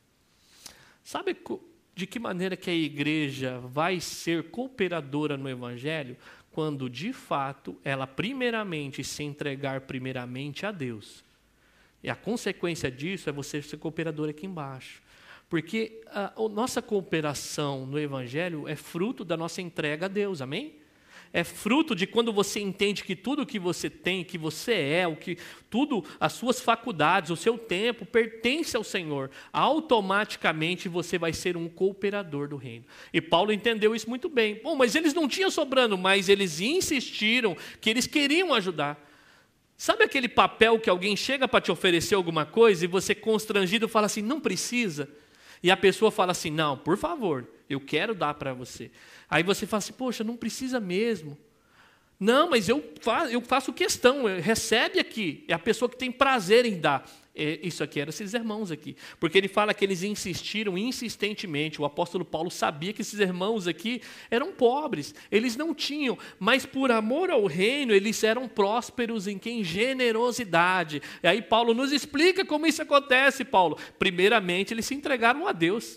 Sabe de que maneira que a igreja vai ser cooperadora no Evangelho? Quando, de fato, ela primeiramente se entregar primeiramente a Deus. E a consequência disso é você ser cooperador aqui embaixo. Porque a nossa cooperação no Evangelho é fruto da nossa entrega a Deus, amém? É fruto de quando você entende que tudo que você tem, que você é, tudo, as suas faculdades, o seu tempo pertence ao Senhor. Automaticamente você vai ser um cooperador do reino. E Paulo entendeu isso muito bem. Bom, mas eles não tinham sobrando, mas eles insistiram que eles queriam ajudar. Sabe aquele papel que alguém chega para te oferecer alguma coisa e você constrangido fala assim, não precisa? E a pessoa fala assim, não, por favor, eu quero dar para você. Aí você fala assim, poxa, não precisa mesmo. Não, mas eu faço questão, recebe aqui. É a pessoa que tem prazer em dar. Isso aqui eram esses irmãos aqui. Porque ele fala que eles insistiram insistentemente. O apóstolo Paulo sabia que esses irmãos aqui eram pobres. Eles não tinham, mas por amor ao reino, eles eram prósperos em generosidade. E aí Paulo nos explica como isso acontece, Paulo. Primeiramente, eles se entregaram a Deus.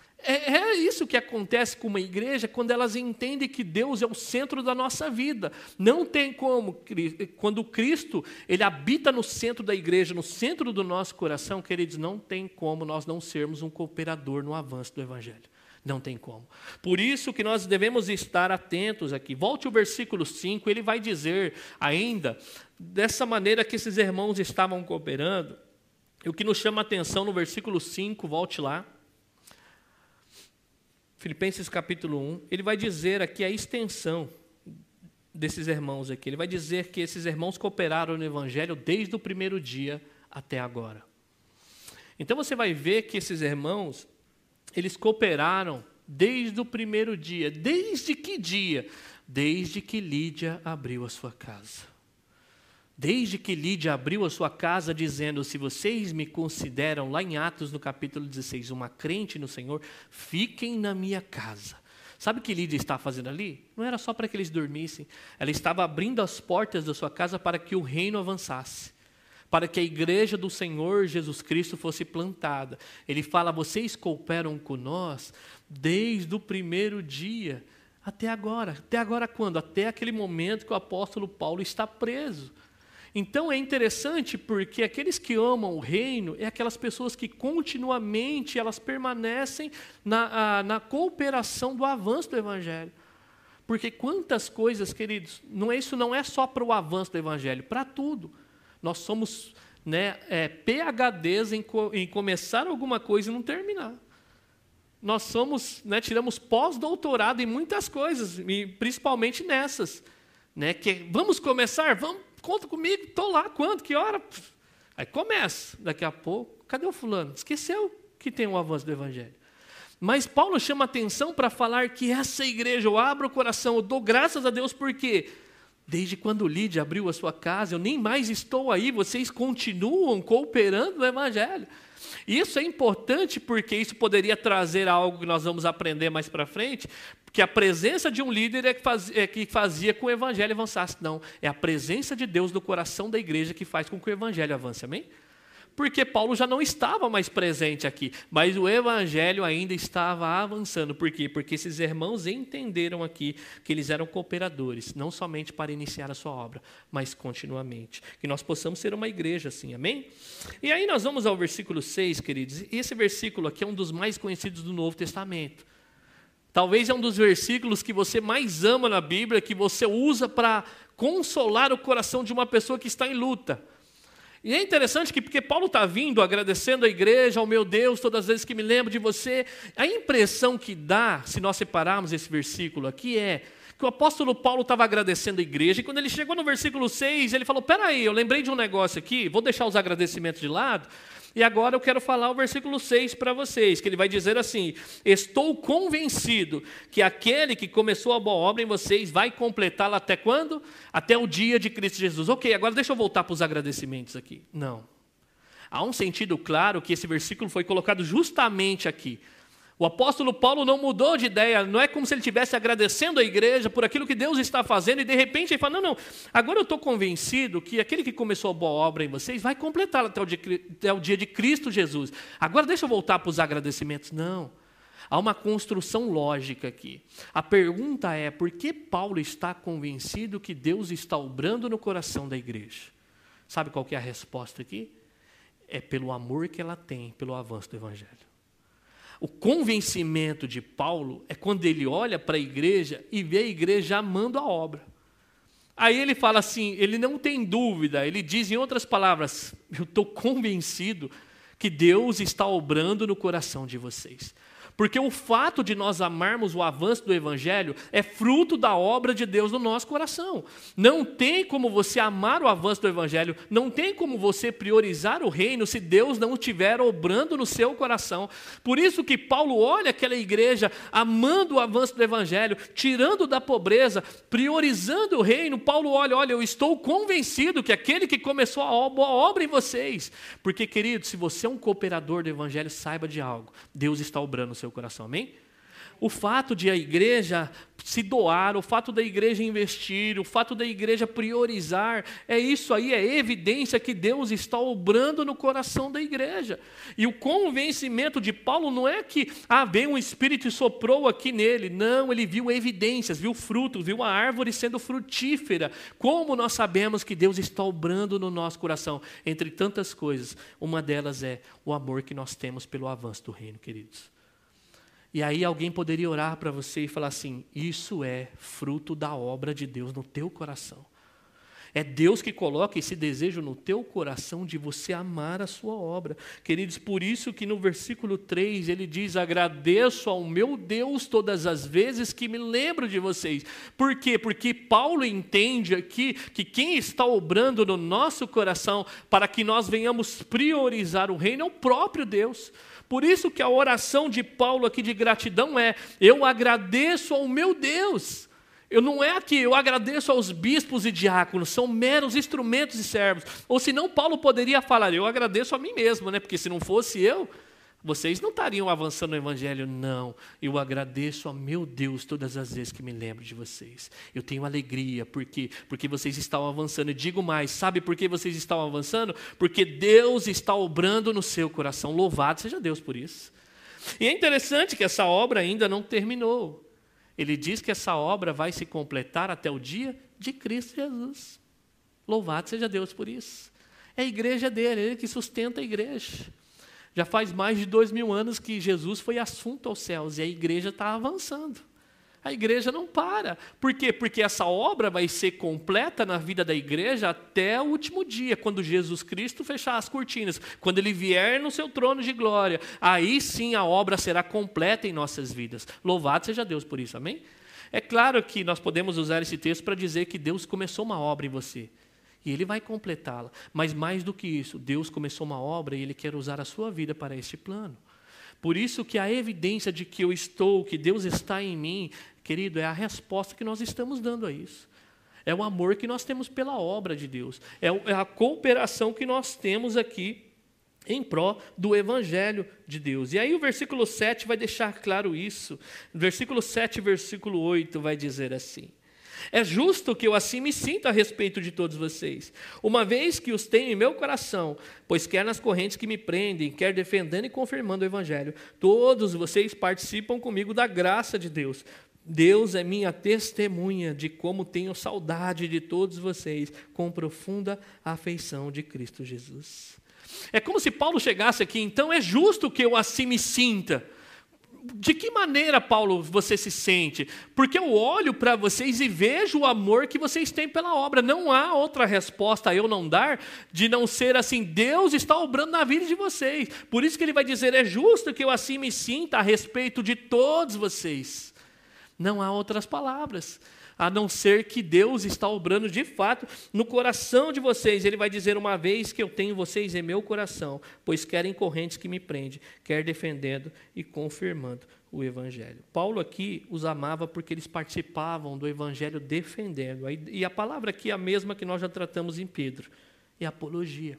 É isso que acontece com uma igreja quando elas entendem que Deus é o centro da nossa vida. Não tem como, quando Cristo ele habita no centro da igreja, no centro do nosso coração, queridos, não tem como nós não sermos um cooperador no avanço do Evangelho. Não tem como. Por isso que nós devemos estar atentos aqui. Volte ao versículo 5, ele vai dizer ainda, dessa maneira que esses irmãos estavam cooperando, e o que nos chama a atenção no versículo 5, volte lá, Filipenses capítulo 1, ele vai dizer aqui a extensão desses irmãos aqui. Ele vai dizer que esses irmãos cooperaram no Evangelho desde o primeiro dia até agora. Então você vai ver que esses irmãos, eles cooperaram desde o primeiro dia. Desde que dia? Desde que Lídia abriu a sua casa. Desde que Lídia abriu a sua casa dizendo, se vocês me consideram, lá em Atos no capítulo 16, uma crente no Senhor, fiquem na minha casa. Sabe o que Lídia estava fazendo ali? Não era só para que eles dormissem. Ela estava abrindo as portas da sua casa para que o reino avançasse. Para que a igreja do Senhor Jesus Cristo fosse plantada. Ele fala, vocês cooperam com nós desde o primeiro dia até agora. Até agora quando? Até aquele momento que o apóstolo Paulo está preso. Então é interessante porque aqueles que amam o reino é aquelas pessoas que continuamente elas permanecem na cooperação do avanço do Evangelho. Porque quantas coisas, queridos, isso não é só para o avanço do Evangelho, para tudo. Nós somos PhDs em começar alguma coisa e não terminar. Nós somos, tiramos pós-doutorado em muitas coisas, e principalmente nessas. Vamos começar? Vamos. Conta comigo, estou lá, quando, que hora? Aí começa, daqui a pouco, cadê o fulano? Esqueceu que tem um avanço do Evangelho. Mas Paulo chama atenção para falar que essa igreja, eu abro o coração, eu dou graças a Deus, porque desde quando Lídia abriu a sua casa, eu nem mais estou aí, vocês continuam cooperando no Evangelho. Isso é importante porque isso poderia trazer algo que nós vamos aprender mais para frente, que a presença de um líder que fazia com que o Evangelho avançasse. Não, é a presença de Deus no coração da igreja que faz com que o Evangelho avance, amém? Porque Paulo já não estava mais presente aqui, mas o Evangelho ainda estava avançando. Por quê? Porque esses irmãos entenderam aqui que eles eram cooperadores, não somente para iniciar a sua obra, mas continuamente. Que nós possamos ser uma igreja assim, amém? E aí nós vamos ao versículo 6, queridos. E esse versículo aqui é um dos mais conhecidos do Novo Testamento. Talvez é um dos versículos que você mais ama na Bíblia, que você usa para consolar o coração de uma pessoa que está em luta. E é interessante que, porque Paulo está vindo agradecendo a igreja, ao meu Deus, todas as vezes que me lembro de você, a impressão que dá, se nós separarmos esse versículo aqui, é que o apóstolo Paulo estava agradecendo a igreja, e quando ele chegou no versículo 6, ele falou, peraí, eu lembrei de um negócio aqui, vou deixar os agradecimentos de lado, E agora eu quero falar o versículo 6 para vocês, que ele vai dizer assim: estou convencido que aquele que começou a boa obra em vocês vai completá-la até quando? Até o dia de Cristo Jesus. Ok, agora deixa eu voltar para os agradecimentos aqui. Não. Há um sentido claro que esse versículo foi colocado justamente aqui. O apóstolo Paulo não mudou de ideia, não é como se ele estivesse agradecendo a igreja por aquilo que Deus está fazendo, e de repente ele fala, não, agora eu estou convencido que aquele que começou a boa obra em vocês vai completá-la até o dia de Cristo Jesus. Agora deixa eu voltar para os agradecimentos. Não, há uma construção lógica aqui. A pergunta é, por que Paulo está convencido que Deus está obrando no coração da igreja? Sabe qual que é a resposta aqui? É pelo amor que ela tem pelo avanço do evangelho. O convencimento de Paulo é quando ele olha para a igreja e vê a igreja amando a obra. Aí ele fala assim, ele não tem dúvida, ele diz em outras palavras, eu estou convencido que Deus está obrando no coração de vocês. Porque o fato de nós amarmos o avanço do evangelho é fruto da obra de Deus no nosso coração. Não tem como você amar o avanço do evangelho, não tem como você priorizar o reino se Deus não estiver obrando no seu coração. Por isso que Paulo olha aquela igreja amando o avanço do evangelho, tirando da pobreza, priorizando o reino. Paulo olha, eu estou convencido que aquele que começou a obra em vocês. Porque, querido, se você é um cooperador do evangelho, saiba de algo, Deus está obrando no seu coração, amém? O fato de a igreja se doar, o fato da igreja investir, o fato da igreja priorizar, é isso aí, é evidência que Deus está obrando no coração da igreja. E o convencimento de Paulo não é que, veio um espírito e soprou aqui nele. Não, ele viu evidências, viu frutos, viu a árvore sendo frutífera. Como nós sabemos que Deus está obrando no nosso coração? Entre tantas coisas, uma delas é o amor que nós temos pelo avanço do reino, queridos. E aí alguém poderia orar para você e falar assim, isso é fruto da obra de Deus no teu coração. É Deus que coloca esse desejo no teu coração de você amar a sua obra. Queridos, por isso que no versículo 3 ele diz, agradeço ao meu Deus todas as vezes que me lembro de vocês. Por quê? Porque Paulo entende aqui que quem está obrando no nosso coração para que nós venhamos priorizar o reino é o próprio Deus. Por isso que a oração de Paulo aqui de gratidão é, eu agradeço ao meu Deus. Não é que eu agradeço aos bispos e diáconos, são meros instrumentos e servos. Ou senão Paulo poderia falar, eu agradeço a mim mesmo, né? Porque se não fosse eu, vocês não estariam avançando no evangelho. Não, eu agradeço ao meu Deus todas as vezes que me lembro de vocês. Eu tenho alegria, porque vocês estão avançando. E digo mais, sabe por que vocês estão avançando? Porque Deus está obrando no seu coração. Louvado seja Deus por isso. E é interessante que essa obra ainda não terminou. Ele diz que essa obra vai se completar até o dia de Cristo Jesus. Louvado seja Deus por isso. É a igreja dele, ele que sustenta a igreja. Já faz mais de 2000 anos que Jesus foi assunto aos céus e a igreja está avançando. A igreja não para. Por quê? Porque essa obra vai ser completa na vida da igreja até o último dia, quando Jesus Cristo fechar as cortinas, quando Ele vier no seu trono de glória. Aí sim a obra será completa em nossas vidas. Louvado seja Deus por isso, amém? É claro que nós podemos usar esse texto para dizer que Deus começou uma obra em você. E Ele vai completá-la. Mas mais do que isso, Deus começou uma obra e Ele quer usar a sua vida para este plano. Por isso que a evidência de que eu estou, que Deus está em mim, querido, é a resposta que nós estamos dando a isso. É o amor que nós temos pela obra de Deus. É a cooperação que nós temos aqui em pró do Evangelho de Deus. E aí o versículo 7 vai deixar claro isso. Versículo 7 e versículo 8 vai dizer assim. É justo que eu assim me sinta a respeito de todos vocês, uma vez que os tenho em meu coração, pois quer nas correntes que me prendem, quer defendendo e confirmando o Evangelho, todos vocês participam comigo da graça de Deus. Deus é minha testemunha de como tenho saudade de todos vocês, com profunda afeição de Cristo Jesus. É como se Paulo chegasse aqui, então é justo que eu assim me sinta. De que maneira, Paulo, você se sente? Porque eu olho para vocês e vejo o amor que vocês têm pela obra. Não há outra resposta a eu não dar, de não ser assim, Deus está obrando na vida de vocês. Por isso que ele vai dizer, é justo que eu assim me sinta a respeito de todos vocês. Não há outras palavras. a não ser que Deus está obrando de fato no coração de vocês. Ele vai dizer: uma vez que eu tenho vocês em meu coração, pois querem correntes que me prendem, quer defendendo e confirmando o Evangelho. Paulo aqui os amava porque eles participavam do Evangelho defendendo. E a palavra aqui é a mesma que nós já tratamos em Pedro, é apologia.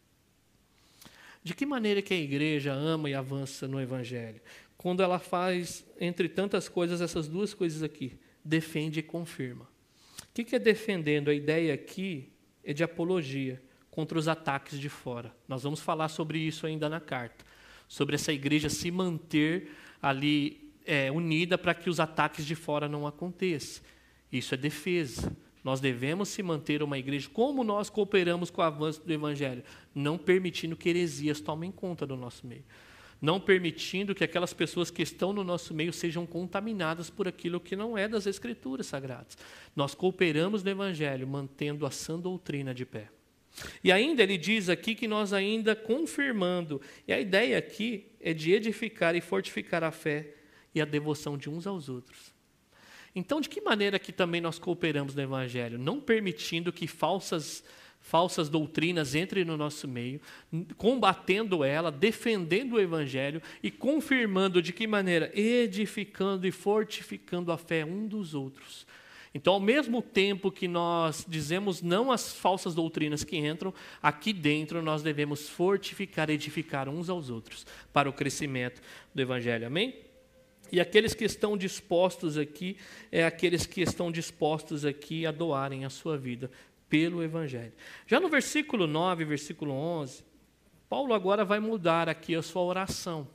De que maneira que a igreja ama e avança no Evangelho? Quando ela faz, entre tantas coisas, essas duas coisas aqui: defende e confirma. O que é defendendo? A ideia aqui é de apologia contra os ataques de fora. Nós vamos falar sobre isso ainda na carta, sobre essa igreja se manter ali unida para que os ataques de fora não aconteçam. Isso é defesa. Nós devemos se manter uma igreja, como nós cooperamos com o avanço do Evangelho, não permitindo que heresias tomem conta do nosso meio. Não permitindo que aquelas pessoas que estão no nosso meio sejam contaminadas por aquilo que não é das Escrituras Sagradas. Nós cooperamos no Evangelho, mantendo a sã doutrina de pé. E ainda ele diz aqui que nós ainda confirmando, e a ideia aqui é de edificar e fortificar a fé e a devoção de uns aos outros. Então, de que maneira que também nós cooperamos no Evangelho? Não permitindo que falsas doutrinas entrem no nosso meio, combatendo ela, defendendo o Evangelho e confirmando de que maneira? Edificando e fortificando a fé um dos outros. Então, ao mesmo tempo que nós dizemos não às falsas doutrinas que entram, aqui dentro nós devemos fortificar, edificar uns aos outros para o crescimento do Evangelho. Amém? E aqueles que estão dispostos aqui, aqueles que estão dispostos aqui a doarem a sua vida pelo Evangelho. Já no versículo 9, versículo 11, Paulo agora vai mudar aqui a sua oração.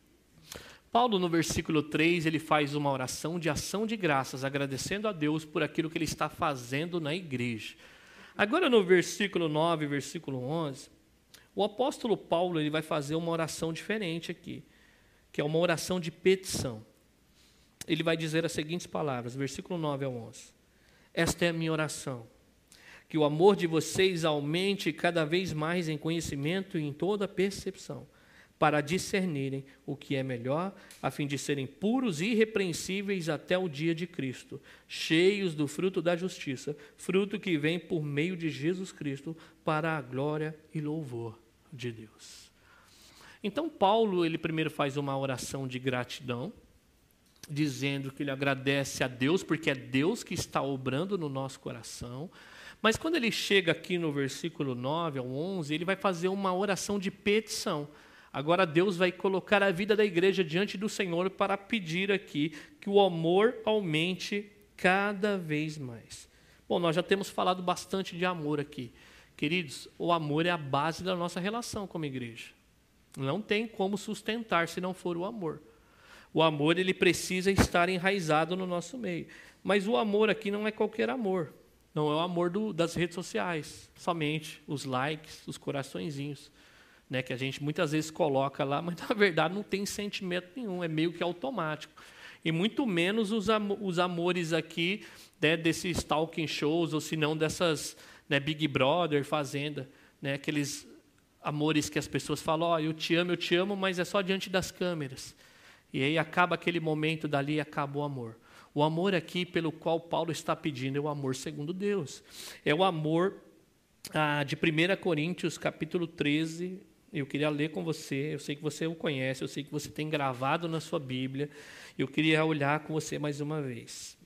Paulo, no versículo 3, ele faz uma oração de ação de graças, agradecendo a Deus por aquilo que ele está fazendo na igreja. Agora, no versículo 9, versículo 11, o apóstolo Paulo ele vai fazer uma oração diferente aqui, que é uma oração de petição. Ele vai dizer as seguintes palavras, versículo 9 ao 11. Esta é a minha oração, que o amor de vocês aumente cada vez mais em conhecimento e em toda percepção, para discernirem o que é melhor, a fim de serem puros e irrepreensíveis até o dia de Cristo, cheios do fruto da justiça, fruto que vem por meio de Jesus Cristo, para a glória e louvor de Deus. Então, Paulo, ele primeiro faz uma oração de gratidão, dizendo que ele agradece a Deus, porque é Deus que está obrando no nosso coração. Mas quando ele chega aqui no versículo 9 ao 11, ele vai fazer uma oração de petição. Agora Deus vai colocar a vida da igreja diante do Senhor para pedir aqui que o amor aumente cada vez mais. Bom, nós já temos falado bastante de amor aqui. Queridos, o amor é a base da nossa relação como igreja. Não tem como sustentar se não for o amor. O amor ele precisa estar enraizado no nosso meio. Mas o amor aqui não é qualquer amor. Não é o amor das redes sociais, somente os likes, os coraçõezinhos, né, que a gente muitas vezes coloca lá, mas na verdade não tem sentimento nenhum, é meio que automático. E muito menos os amores aqui, né, desses talking shows, ou se não dessas, né, Big Brother, Fazenda, né, aqueles amores que as pessoas falam, eu te amo, mas é só diante das câmeras. E aí acaba aquele momento dali e acaba o amor. O amor aqui pelo qual Paulo está pedindo é o amor segundo Deus. É o amor de 1 Coríntios, capítulo 13. Eu queria ler com você, eu sei que você o conhece, eu sei que você tem gravado na sua Bíblia. Eu queria olhar com você mais uma vez.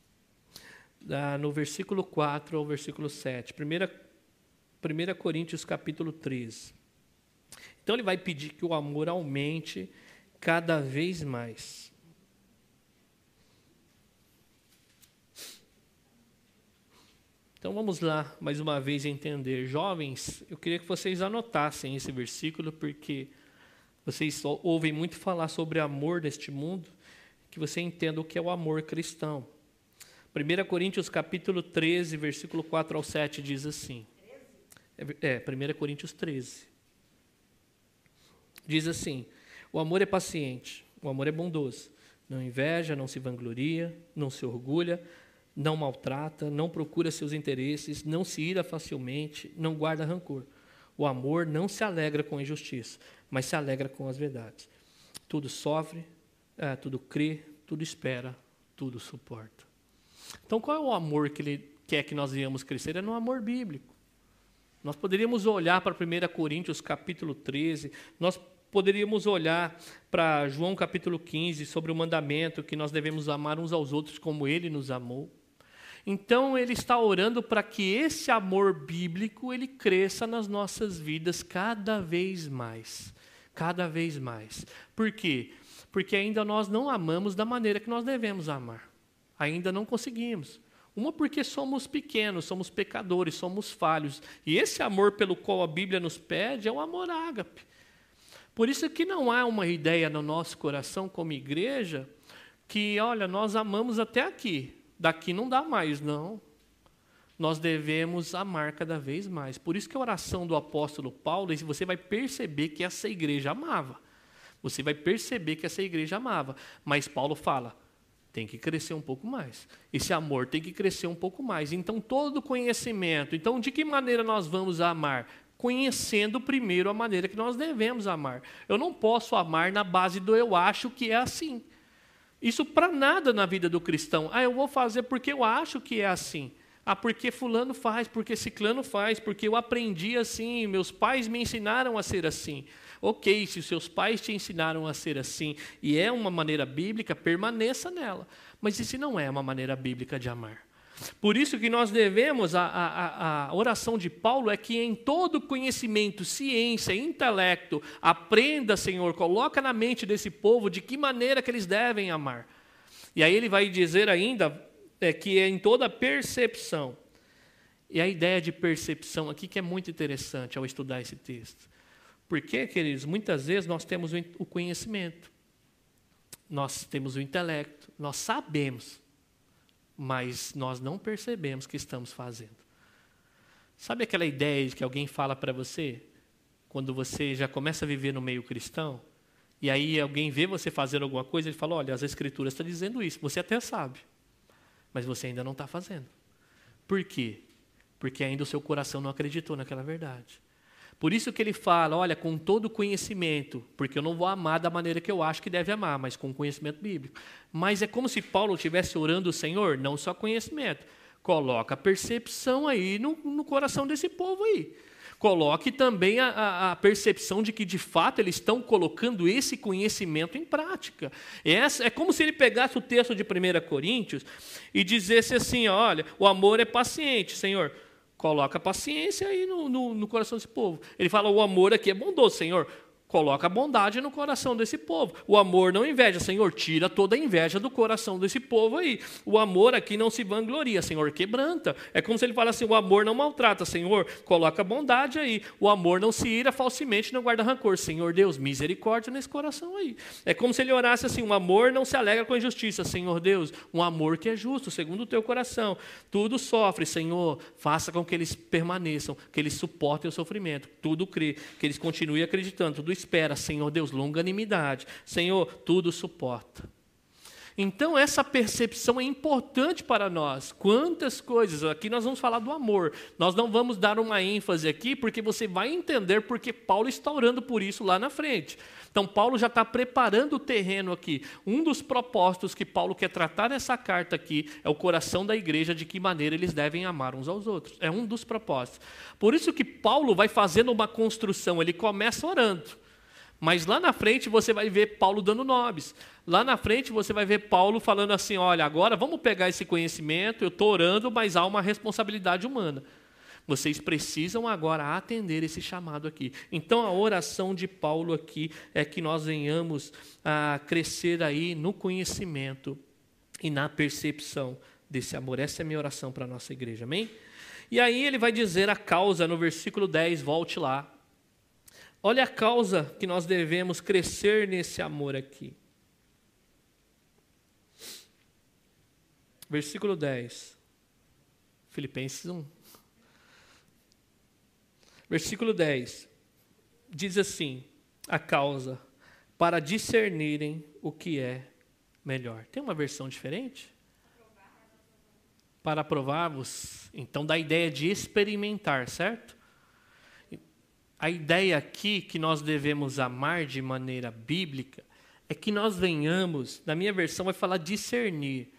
No versículo 4 ao versículo 7. 1 Coríntios, capítulo 13. Então ele vai pedir que o amor aumente cada vez mais. Então vamos lá, mais uma vez, entender. Jovens, eu queria que vocês anotassem esse versículo, porque vocês ouvem muito falar sobre amor neste mundo, que você entenda o que é o amor cristão. 1 Coríntios capítulo 13, versículo 4 ao 7 diz assim. 1 Coríntios 13. Diz assim, o amor é paciente, o amor é bondoso, não inveja, não se vangloria, não se orgulha, não maltrata, não procura seus interesses, não se ira facilmente, não guarda rancor. O amor não se alegra com a injustiça, mas se alegra com as verdades. Tudo sofre, tudo crê, tudo espera, tudo suporta. Então, qual é o amor que ele quer que nós venhamos crescer? É no amor bíblico. Nós poderíamos olhar para 1 Coríntios capítulo 13, nós poderíamos olhar para João capítulo 15, sobre o mandamento que nós devemos amar uns aos outros como ele nos amou. Então, ele está orando para que esse amor bíblico ele cresça nas nossas vidas cada vez mais. Cada vez mais. Por quê? Porque ainda nós não amamos da maneira que nós devemos amar. Ainda não conseguimos. Uma porque somos pequenos, somos pecadores, somos falhos. E esse amor pelo qual a Bíblia nos pede é o amor ágape. Por isso que não há uma ideia no nosso coração como igreja que, olha, nós amamos até aqui. Daqui não dá mais, não. Nós devemos amar cada vez mais. Por isso que a oração do apóstolo Paulo, você vai perceber que essa igreja amava. Você vai perceber que essa igreja amava. Mas Paulo fala, tem que crescer um pouco mais. Esse amor tem que crescer um pouco mais. Então, todo conhecimento. Então, de que maneira nós vamos amar? Conhecendo primeiro a maneira que nós devemos amar. Eu não posso amar na base do eu acho que é assim. Isso para nada na vida do cristão. Eu vou fazer porque eu acho que é assim. Porque fulano faz, porque ciclano faz, porque eu aprendi assim, meus pais me ensinaram a ser assim. Ok, se os seus pais te ensinaram a ser assim, e é uma maneira bíblica, permaneça nela. Mas isso não é uma maneira bíblica de amar. Por isso que nós devemos, a oração de Paulo é que em todo conhecimento, ciência, intelecto, aprenda, Senhor, coloca na mente desse povo de que maneira que eles devem amar. E aí ele vai dizer ainda que é em toda percepção. E a ideia de percepção aqui que é muito interessante ao estudar esse texto. Porque, queridos, muitas vezes nós temos o conhecimento, nós temos o intelecto, nós sabemos, mas nós não percebemos o que estamos fazendo. Sabe aquela ideia de que alguém fala para você, quando você já começa a viver no meio cristão, e aí alguém vê você fazendo alguma coisa, ele fala, olha, as Escrituras estão dizendo isso, você até sabe, mas você ainda não está fazendo. Por quê? Porque ainda o seu coração não acreditou naquela verdade. Por isso que ele fala, olha, com todo conhecimento, porque eu não vou amar da maneira que eu acho que deve amar, mas com conhecimento bíblico. Mas é como se Paulo estivesse orando o Senhor, não só conhecimento. Coloca a percepção aí no coração desse povo aí. Coloque também a percepção de que, de fato, eles estão colocando esse conhecimento em prática. É como se ele pegasse o texto de 1 Coríntios e dissesse assim, olha, o amor é paciente, Senhor. Coloca a paciência aí no coração desse povo. Ele fala, o amor aqui é bondoso, Senhor. Coloca a bondade no coração desse povo. O amor não inveja, Senhor. Tira toda a inveja do coração desse povo aí. O amor aqui não se vangloria, Senhor. Quebranta. É como se ele falasse assim, o amor não maltrata, Senhor. Coloca a bondade aí. O amor não se ira falsamente, não guarda rancor. Senhor Deus, misericórdia nesse coração aí. É como se ele orasse assim, o amor não se alegra com a injustiça, Senhor Deus. Um amor que é justo, segundo o teu coração. Tudo sofre, Senhor. Faça com que eles permaneçam, que eles suportem o sofrimento. Tudo crê, que eles continuem acreditando. Tudo espera, Senhor Deus, longanimidade. Senhor, tudo suporta. Então, essa percepção é importante para nós. Quantas coisas, aqui nós vamos falar do amor. Nós não vamos dar uma ênfase aqui, porque você vai entender porque Paulo está orando por isso lá na frente. Então, Paulo já está preparando o terreno aqui. Um dos propósitos que Paulo quer tratar nessa carta aqui é o coração da igreja, de que maneira eles devem amar uns aos outros. É um dos propósitos. Por isso que Paulo vai fazendo uma construção, ele começa orando. Mas lá na frente você vai ver Paulo dando nomes. Lá na frente você vai ver Paulo falando assim, olha, agora vamos pegar esse conhecimento, eu estou orando, mas há uma responsabilidade humana. Vocês precisam agora atender esse chamado aqui. Então a oração de Paulo aqui é que nós venhamos a crescer aí no conhecimento e na percepção desse amor. Essa é a minha oração para a nossa igreja, amém? E aí ele vai dizer a causa no versículo 10, volte lá. Olha a causa que nós devemos crescer nesse amor aqui. Versículo 10. Filipenses 1. Versículo 10. Diz assim, a causa, para discernirem o que é melhor. Tem uma versão diferente? Para aprovar-vos. Então dá a ideia de experimentar, certo? A ideia aqui que nós devemos amar de maneira bíblica é que nós venhamos, na minha versão vai falar discernir,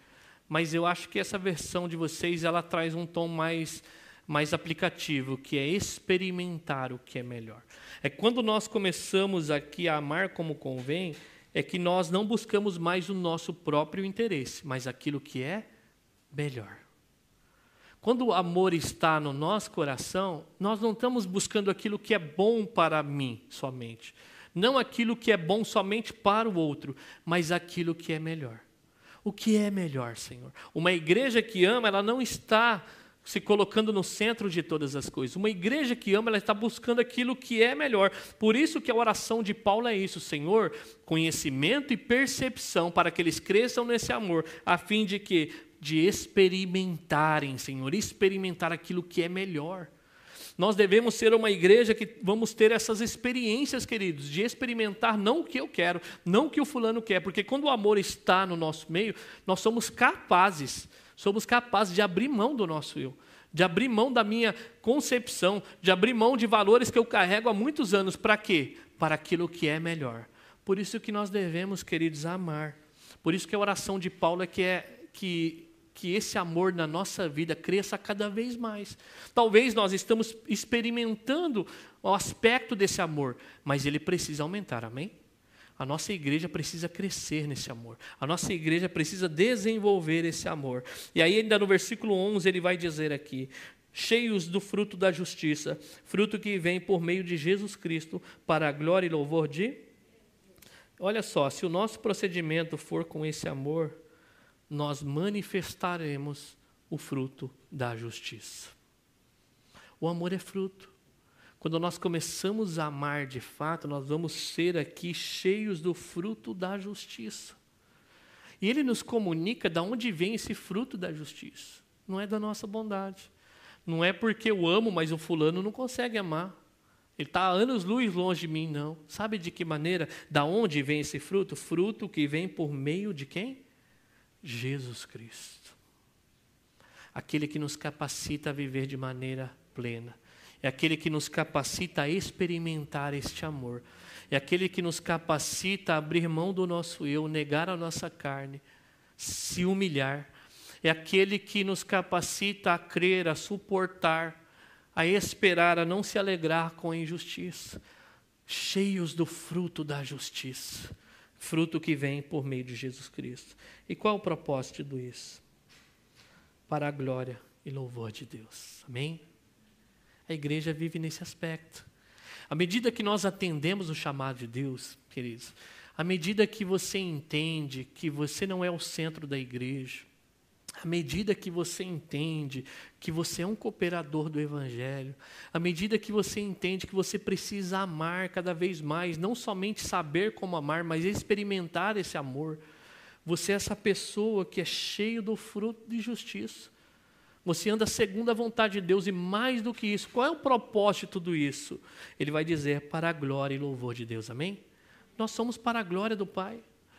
mas eu acho que essa versão de vocês, ela traz um tom mais aplicativo, que é experimentar o que é melhor. É quando nós começamos aqui a amar como convém, é que nós não buscamos mais o nosso próprio interesse, mas aquilo que é melhor. Quando o amor está no nosso coração, nós não estamos buscando aquilo que é bom para mim somente. Não aquilo que é bom somente para o outro, mas aquilo que é melhor. O que é melhor, Senhor? Uma igreja que ama, ela não está se colocando no centro de todas as coisas. Uma igreja que ama, ela está buscando aquilo que é melhor. Por isso que a oração de Paulo é isso: Senhor, conhecimento e percepção para que eles cresçam nesse amor, a fim de que de experimentarem, Senhor, experimentar aquilo que é melhor. Nós devemos ser uma igreja que vamos ter essas experiências, queridos, de experimentar não o que eu quero, não o que o fulano quer, porque quando o amor está no nosso meio, nós somos capazes de abrir mão do nosso eu, de abrir mão da minha concepção, de abrir mão de valores que eu carrego há muitos anos. Para quê? Para aquilo que é melhor. Por isso que nós devemos, queridos, amar. Por isso que a oração de Paulo é que esse amor na nossa vida cresça cada vez mais. Talvez nós estamos experimentando o aspecto desse amor, mas ele precisa aumentar, amém? A nossa igreja precisa crescer nesse amor. A nossa igreja precisa desenvolver esse amor. E aí ainda no versículo 11 ele vai dizer aqui: cheios do fruto da justiça, fruto que vem por meio de Jesus Cristo, para a glória e louvor de... Olha só, se o nosso procedimento for com esse amor, nós manifestaremos o fruto da justiça. O amor é fruto. Quando nós começamos a amar de fato, nós vamos ser aqui cheios do fruto da justiça. E ele nos comunica de onde vem esse fruto da justiça. Não é da nossa bondade. Não é porque eu amo, mas o fulano não consegue amar. Ele está a anos-luz longe de mim, não. Sabe de que maneira? Da onde vem esse fruto? Fruto que vem por meio de quem? Jesus Cristo. Aquele que nos capacita a viver de maneira plena. É aquele que nos capacita a experimentar este amor. É aquele que nos capacita a abrir mão do nosso eu, negar a nossa carne, se humilhar. É aquele que nos capacita a crer, a suportar, a esperar, a não se alegrar com a injustiça. Cheios do fruto da justiça. Fruto que vem por meio de Jesus Cristo. E qual é o propósito de tudo isso? Para a glória e louvor de Deus. Amém? A igreja vive nesse aspecto. À medida que nós atendemos o chamado de Deus, queridos, à medida que você entende que você não é o centro da igreja, à medida que você entende que você é um cooperador do Evangelho, à medida que você entende que você precisa amar cada vez mais, não somente saber como amar, mas experimentar esse amor, você é essa pessoa que é cheio do fruto de justiça. Você anda segundo a vontade de Deus e mais do que isso. Qual é o propósito de tudo isso? Ele vai dizer para a glória e louvor de Deus, amém? Nós somos para a glória do Pai.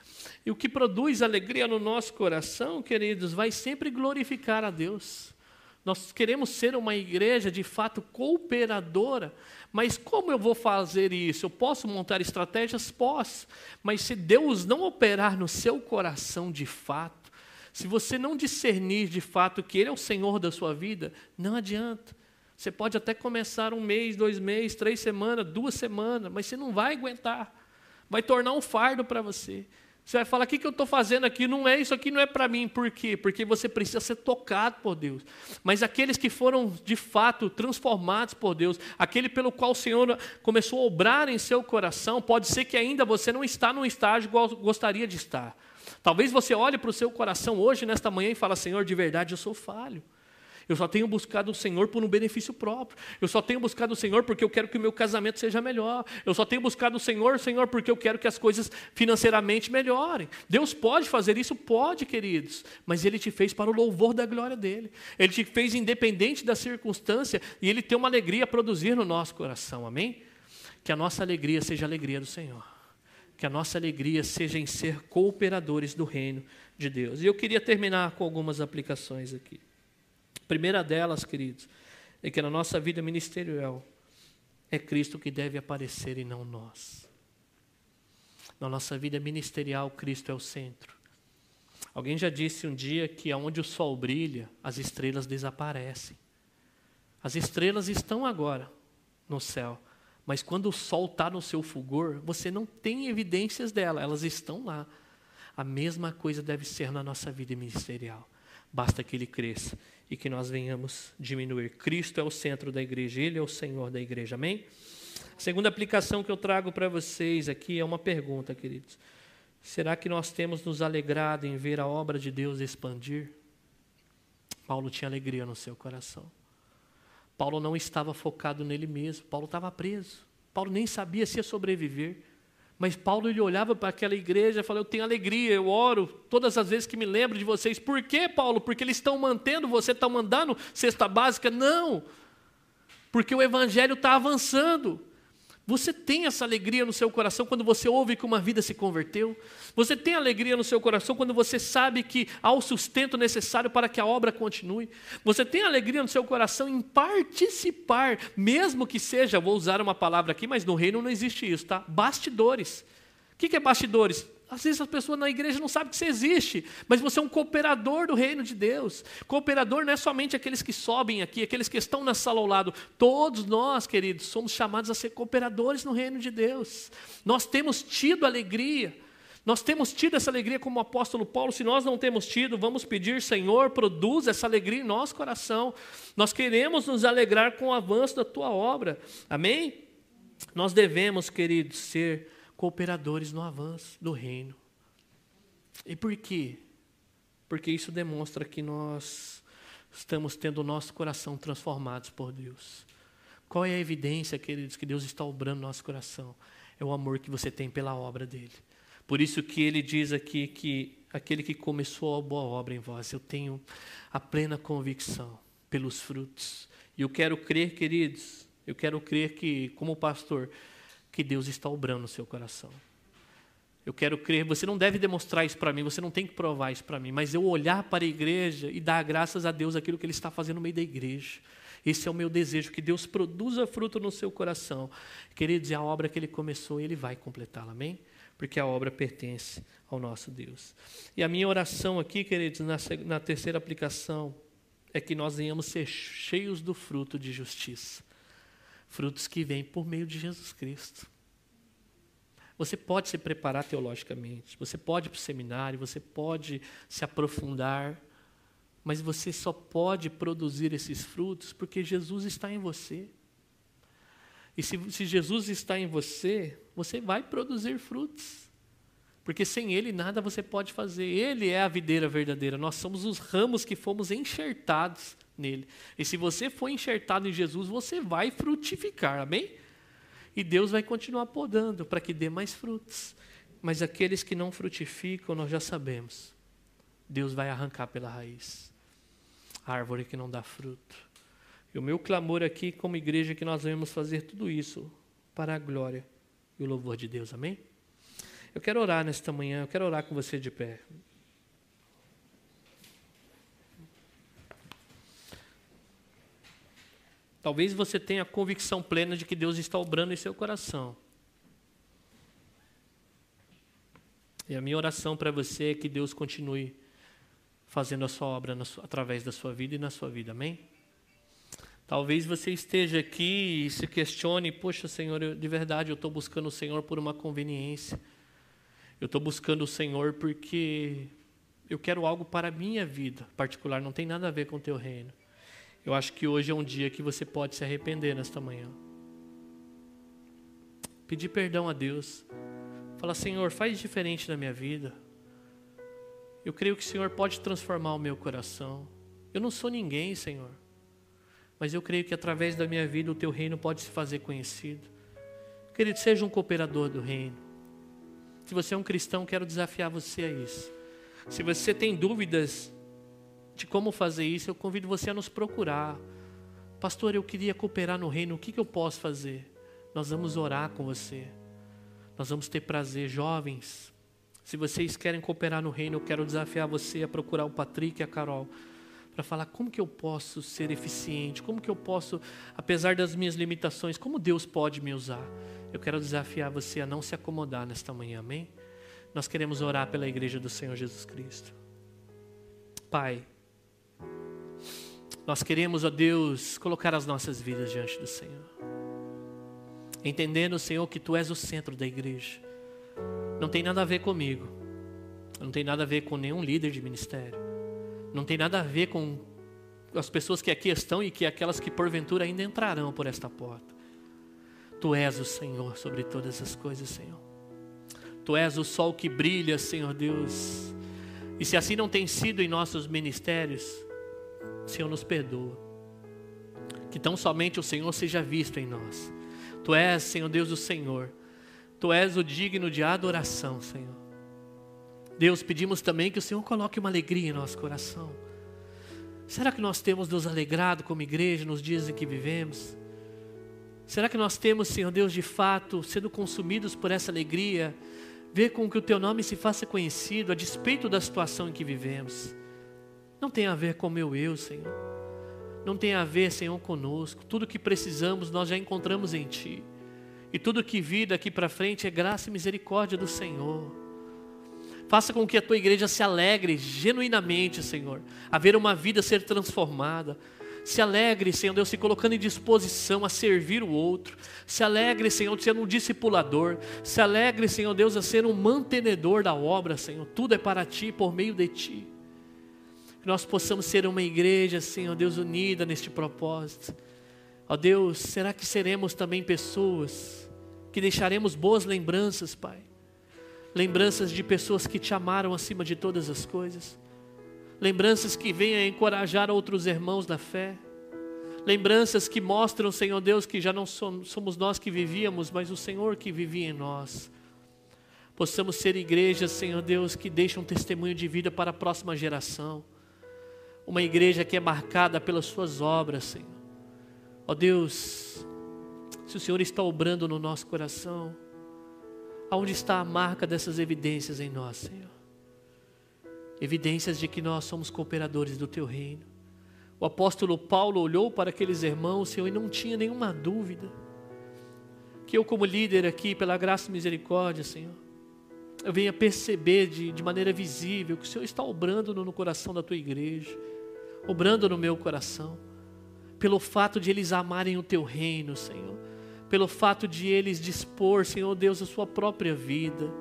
E o que produz alegria no nosso coração, queridos, vai sempre glorificar a Deus. Nós queremos ser uma igreja de fato cooperadora, mas como eu vou fazer isso? Eu posso montar estratégias? Posso, mas se Deus não operar no seu coração de fato, se você não discernir de fato que Ele é o Senhor da sua vida, não adianta. Você pode até começar 1 mês, 2 meses, 3 semanas, 2 semanas, mas você não vai aguentar. Vai tornar um fardo para você. Você vai falar: o que eu estou fazendo aqui? Não é isso aqui, não é para mim. Por quê? Porque você precisa ser tocado por Deus. Mas aqueles que foram de fato transformados por Deus, aquele pelo qual o Senhor começou a obrar em seu coração, pode ser que ainda você não está num estágio igual gostaria de estar. Talvez você olhe para o seu coração hoje, nesta manhã, e fale: Senhor, de verdade eu sou falho. Eu só tenho buscado o Senhor por um benefício próprio. Eu só tenho buscado o Senhor porque eu quero que o meu casamento seja melhor. Eu só tenho buscado o Senhor, porque eu quero que as coisas financeiramente melhorem. Deus pode fazer isso? Pode, queridos. Mas Ele te fez para o louvor da glória dEle. Ele te fez independente da circunstância e Ele tem uma alegria a produzir no nosso coração. Amém? Que a nossa alegria seja a alegria do Senhor. Que a nossa alegria seja em ser cooperadores do reino de Deus. E eu queria terminar com algumas aplicações aqui. A primeira delas, queridos, é que na nossa vida ministerial é Cristo que deve aparecer e não nós. Na nossa vida ministerial, Cristo é o centro. Alguém já disse um dia que onde o sol brilha, as estrelas desaparecem. As estrelas estão agora no céu, mas quando o sol está no seu fulgor, você não tem evidências dela, elas estão lá. A mesma coisa deve ser na nossa vida ministerial. Basta que ele cresça e que nós venhamos diminuir. Cristo é o centro da igreja, ele é o Senhor da igreja, amém? A segunda aplicação que eu trago para vocês aqui é uma pergunta, queridos. Será que nós temos nos alegrado em ver a obra de Deus expandir? Paulo tinha alegria no seu coração. Paulo não estava focado nele mesmo, Paulo estava preso. Paulo nem sabia se ia sobreviver. Mas Paulo ele olhava para aquela igreja e falava, eu tenho alegria, eu oro todas as vezes que me lembro de vocês. Por quê, Paulo? Porque eles estão mantendo, você está mandando cesta básica? Não, porque o evangelho está avançando. Você tem essa alegria no seu coração quando você ouve que uma vida se converteu? Você tem alegria no seu coração quando você sabe que há o sustento necessário para que a obra continue? Você tem alegria no seu coração em participar, mesmo que seja, vou usar uma palavra aqui, mas no reino não existe isso, tá? Bastidores. O que é bastidores? Às vezes as pessoas na igreja não sabem que isso existe, mas você é um cooperador do reino de Deus. Cooperador não é somente aqueles que sobem aqui, aqueles que estão na sala ao lado. Todos nós, queridos, somos chamados a ser cooperadores no reino de Deus. Nós temos tido alegria. Nós temos tido essa alegria como o apóstolo Paulo. Se nós não temos tido, vamos pedir, Senhor, produz essa alegria em nosso coração. Nós queremos nos alegrar com o avanço da tua obra. Amém? Nós devemos, queridos, ser cooperadores no avanço do reino. E por quê? Porque isso demonstra que nós estamos tendo o nosso coração transformado por Deus. Qual é a evidência, queridos, que Deus está obrando no nosso coração? É o amor que você tem pela obra dele. Por isso que ele diz aqui que aquele que começou a boa obra em vós, eu tenho a plena convicção pelos frutos. E eu quero crer, queridos, eu quero crer que, como pastor, que Deus está obrando no seu coração. Eu quero crer, você não deve demonstrar isso para mim, você não tem que provar isso para mim, mas eu olhar para a igreja e dar graças a Deus aquilo que Ele está fazendo no meio da igreja. Esse é o meu desejo, que Deus produza fruto no seu coração. Queridos, é a obra que Ele começou e Ele vai completá-la, amém? Porque a obra pertence ao nosso Deus. E a minha oração aqui, queridos, na terceira aplicação, é que nós venhamos ser cheios do fruto de justiça. Frutos que vêm por meio de Jesus Cristo. Você pode se preparar teologicamente, você pode ir para o seminário, você pode se aprofundar, mas você só pode produzir esses frutos porque Jesus está em você. E se Jesus está em você, você vai produzir frutos. Porque sem Ele nada você pode fazer. Ele é a videira verdadeira, nós somos os ramos que fomos enxertados nele. E se você for enxertado em Jesus, você vai frutificar, amém? E Deus vai continuar podando para que dê mais frutos. Mas aqueles que não frutificam, nós já sabemos, Deus vai arrancar pela raiz a árvore que não dá fruto. E o meu clamor aqui como igreja é que nós venhamos fazer tudo isso para a glória e o louvor de Deus, amém? Eu quero orar nesta manhã, eu quero orar com você de pé. Talvez você tenha a convicção plena de que Deus está obrando em seu coração. E a minha oração para você é que Deus continue fazendo a sua obra através da sua vida e na sua vida, amém? Talvez você esteja aqui e se questione, poxa Senhor, de verdade eu estou buscando o Senhor por uma conveniência. Eu estou buscando o Senhor porque eu quero algo para a minha vida particular, não tem nada a ver com o teu reino. Eu acho que hoje é um dia que você pode se arrepender nesta manhã. Pedir perdão a Deus. Falar, Senhor, faz diferente na minha vida. Eu creio que o Senhor pode transformar o meu coração. Eu não sou ninguém, Senhor. Mas eu creio que através da minha vida o teu reino pode se fazer conhecido. Querido, seja um cooperador do reino. Se você é um cristão, quero desafiar você a isso. Se você tem dúvidas de como fazer isso, eu convido você a nos procurar. Pastor, eu queria cooperar no reino, o que eu posso fazer? Nós vamos orar com você. Nós vamos ter prazer. Jovens, se vocês querem cooperar no reino, eu quero desafiar você a procurar o Patrick e a Carol para falar como que eu posso ser eficiente, como que eu posso, apesar das minhas limitações, como Deus pode me usar. Eu quero desafiar você a não se acomodar nesta manhã, amém? Nós queremos orar pela igreja do Senhor Jesus Cristo. Pai, nós queremos, ó Deus, colocar as nossas vidas diante do Senhor, entendendo, Senhor, que Tu és o centro da igreja. Não tem nada a ver comigo, não tem nada a ver com nenhum líder de ministério, não tem nada a ver com as pessoas que aqui estão e que aquelas que porventura ainda entrarão por esta porta. Tu és o Senhor sobre todas as coisas, Senhor. Tu és o sol que brilha, Senhor Deus. E se assim não tem sido em nossos ministérios, Senhor, nos perdoa. Que tão somente o Senhor seja visto em nós. Tu és, Senhor Deus, o Senhor. Tu és o digno de adoração, Senhor. Deus, pedimos também que o Senhor coloque uma alegria em nosso coração. Será que nós temos nos alegrado como igreja nos dias em que vivemos? Será que nós temos, Senhor Deus, de fato, sendo consumidos por essa alegria, ver com que o Teu nome se faça conhecido a despeito da situação em que vivemos? Não tem a ver com o meu eu, Senhor. Não tem a ver, Senhor, conosco. Tudo que precisamos nós já encontramos em Ti. E tudo que vir daqui para frente é graça e misericórdia do Senhor. Faça com que a Tua igreja se alegre genuinamente, Senhor, a ver uma vida ser transformada. Se alegre, Senhor Deus, se colocando em disposição a servir o outro. Se alegre, Senhor, sendo um discipulador. Se alegre, Senhor Deus, a ser um mantenedor da obra, Senhor. Tudo é para Ti, por meio de Ti. Que nós possamos ser uma igreja, Senhor Deus, unida neste propósito. Ó Deus, será que seremos também pessoas que deixaremos boas lembranças, Pai? Lembranças de pessoas que Te amaram acima de todas as coisas. Lembranças que venham a encorajar outros irmãos da fé. Lembranças que mostram, Senhor Deus, que já não somos nós que vivíamos, mas o Senhor que vivia em nós. Possamos ser igrejas, Senhor Deus, que deixam testemunho de vida para a próxima geração. Uma igreja que é marcada pelas Suas obras, Senhor. Ó Deus, se o Senhor está obrando no nosso coração, aonde está a marca dessas evidências em nós, Senhor? Evidências de que nós somos cooperadores do Teu reino. O apóstolo Paulo olhou para aqueles irmãos, Senhor, e não tinha nenhuma dúvida. Que eu, como líder aqui, pela graça e misericórdia, Senhor, eu venha perceber de maneira visível que o Senhor está obrando no coração da Tua igreja, obrando no meu coração, pelo fato de eles amarem o Teu reino, Senhor, pelo fato de eles dispor, Senhor Deus, a sua própria vida.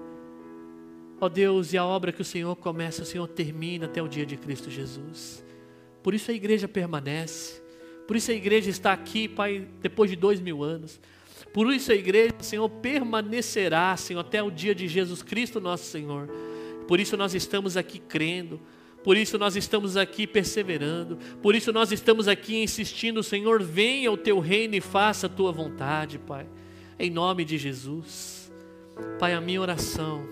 Ó Deus, e a obra que o Senhor começa, o Senhor termina até o dia de Cristo Jesus. Por isso a igreja permanece. Por isso a igreja está aqui, Pai, depois de 2000 anos. Por isso a igreja, Senhor, permanecerá, Senhor, até o dia de Jesus Cristo, nosso Senhor. Por isso nós estamos aqui crendo. Por isso nós estamos aqui perseverando. Por isso nós estamos aqui insistindo, Senhor, venha o Teu reino e faça a Tua vontade, Pai. Em nome de Jesus. Pai, a minha oração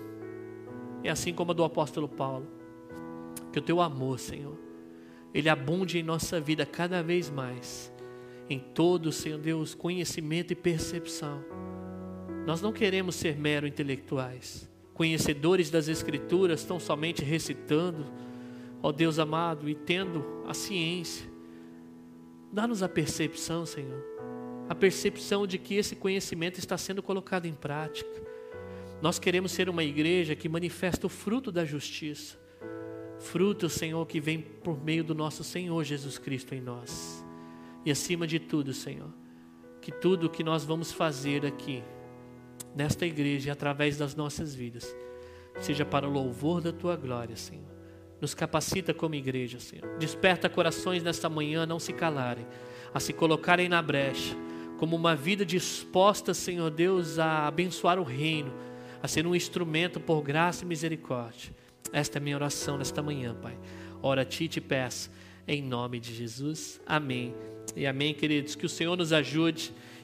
é assim como a do apóstolo Paulo. Que o Teu amor, Senhor, ele abunde em nossa vida cada vez mais. Em todo, Senhor Deus, conhecimento e percepção. Nós não queremos ser mero intelectuais, conhecedores das Escrituras, tão somente recitando, ó Deus amado, e tendo a ciência. Dá-nos a percepção, Senhor, a percepção de que esse conhecimento está sendo colocado em prática. Nós queremos ser uma igreja que manifesta o fruto da justiça, fruto, Senhor, que vem por meio do nosso Senhor Jesus Cristo em nós. E acima de tudo, Senhor, que tudo que nós vamos fazer aqui, nesta igreja e através das nossas vidas, seja para o louvor da Tua glória, Senhor. Nos capacita como igreja, Senhor. Desperta corações nesta manhã a não se calarem, a se colocarem na brecha, como uma vida disposta, Senhor Deus, a abençoar o reino, a ser um instrumento por graça e misericórdia. Esta é a minha oração nesta manhã, Pai. Ora a Ti e te peço, em nome de Jesus. Amém. E amém, queridos. Que o Senhor nos ajude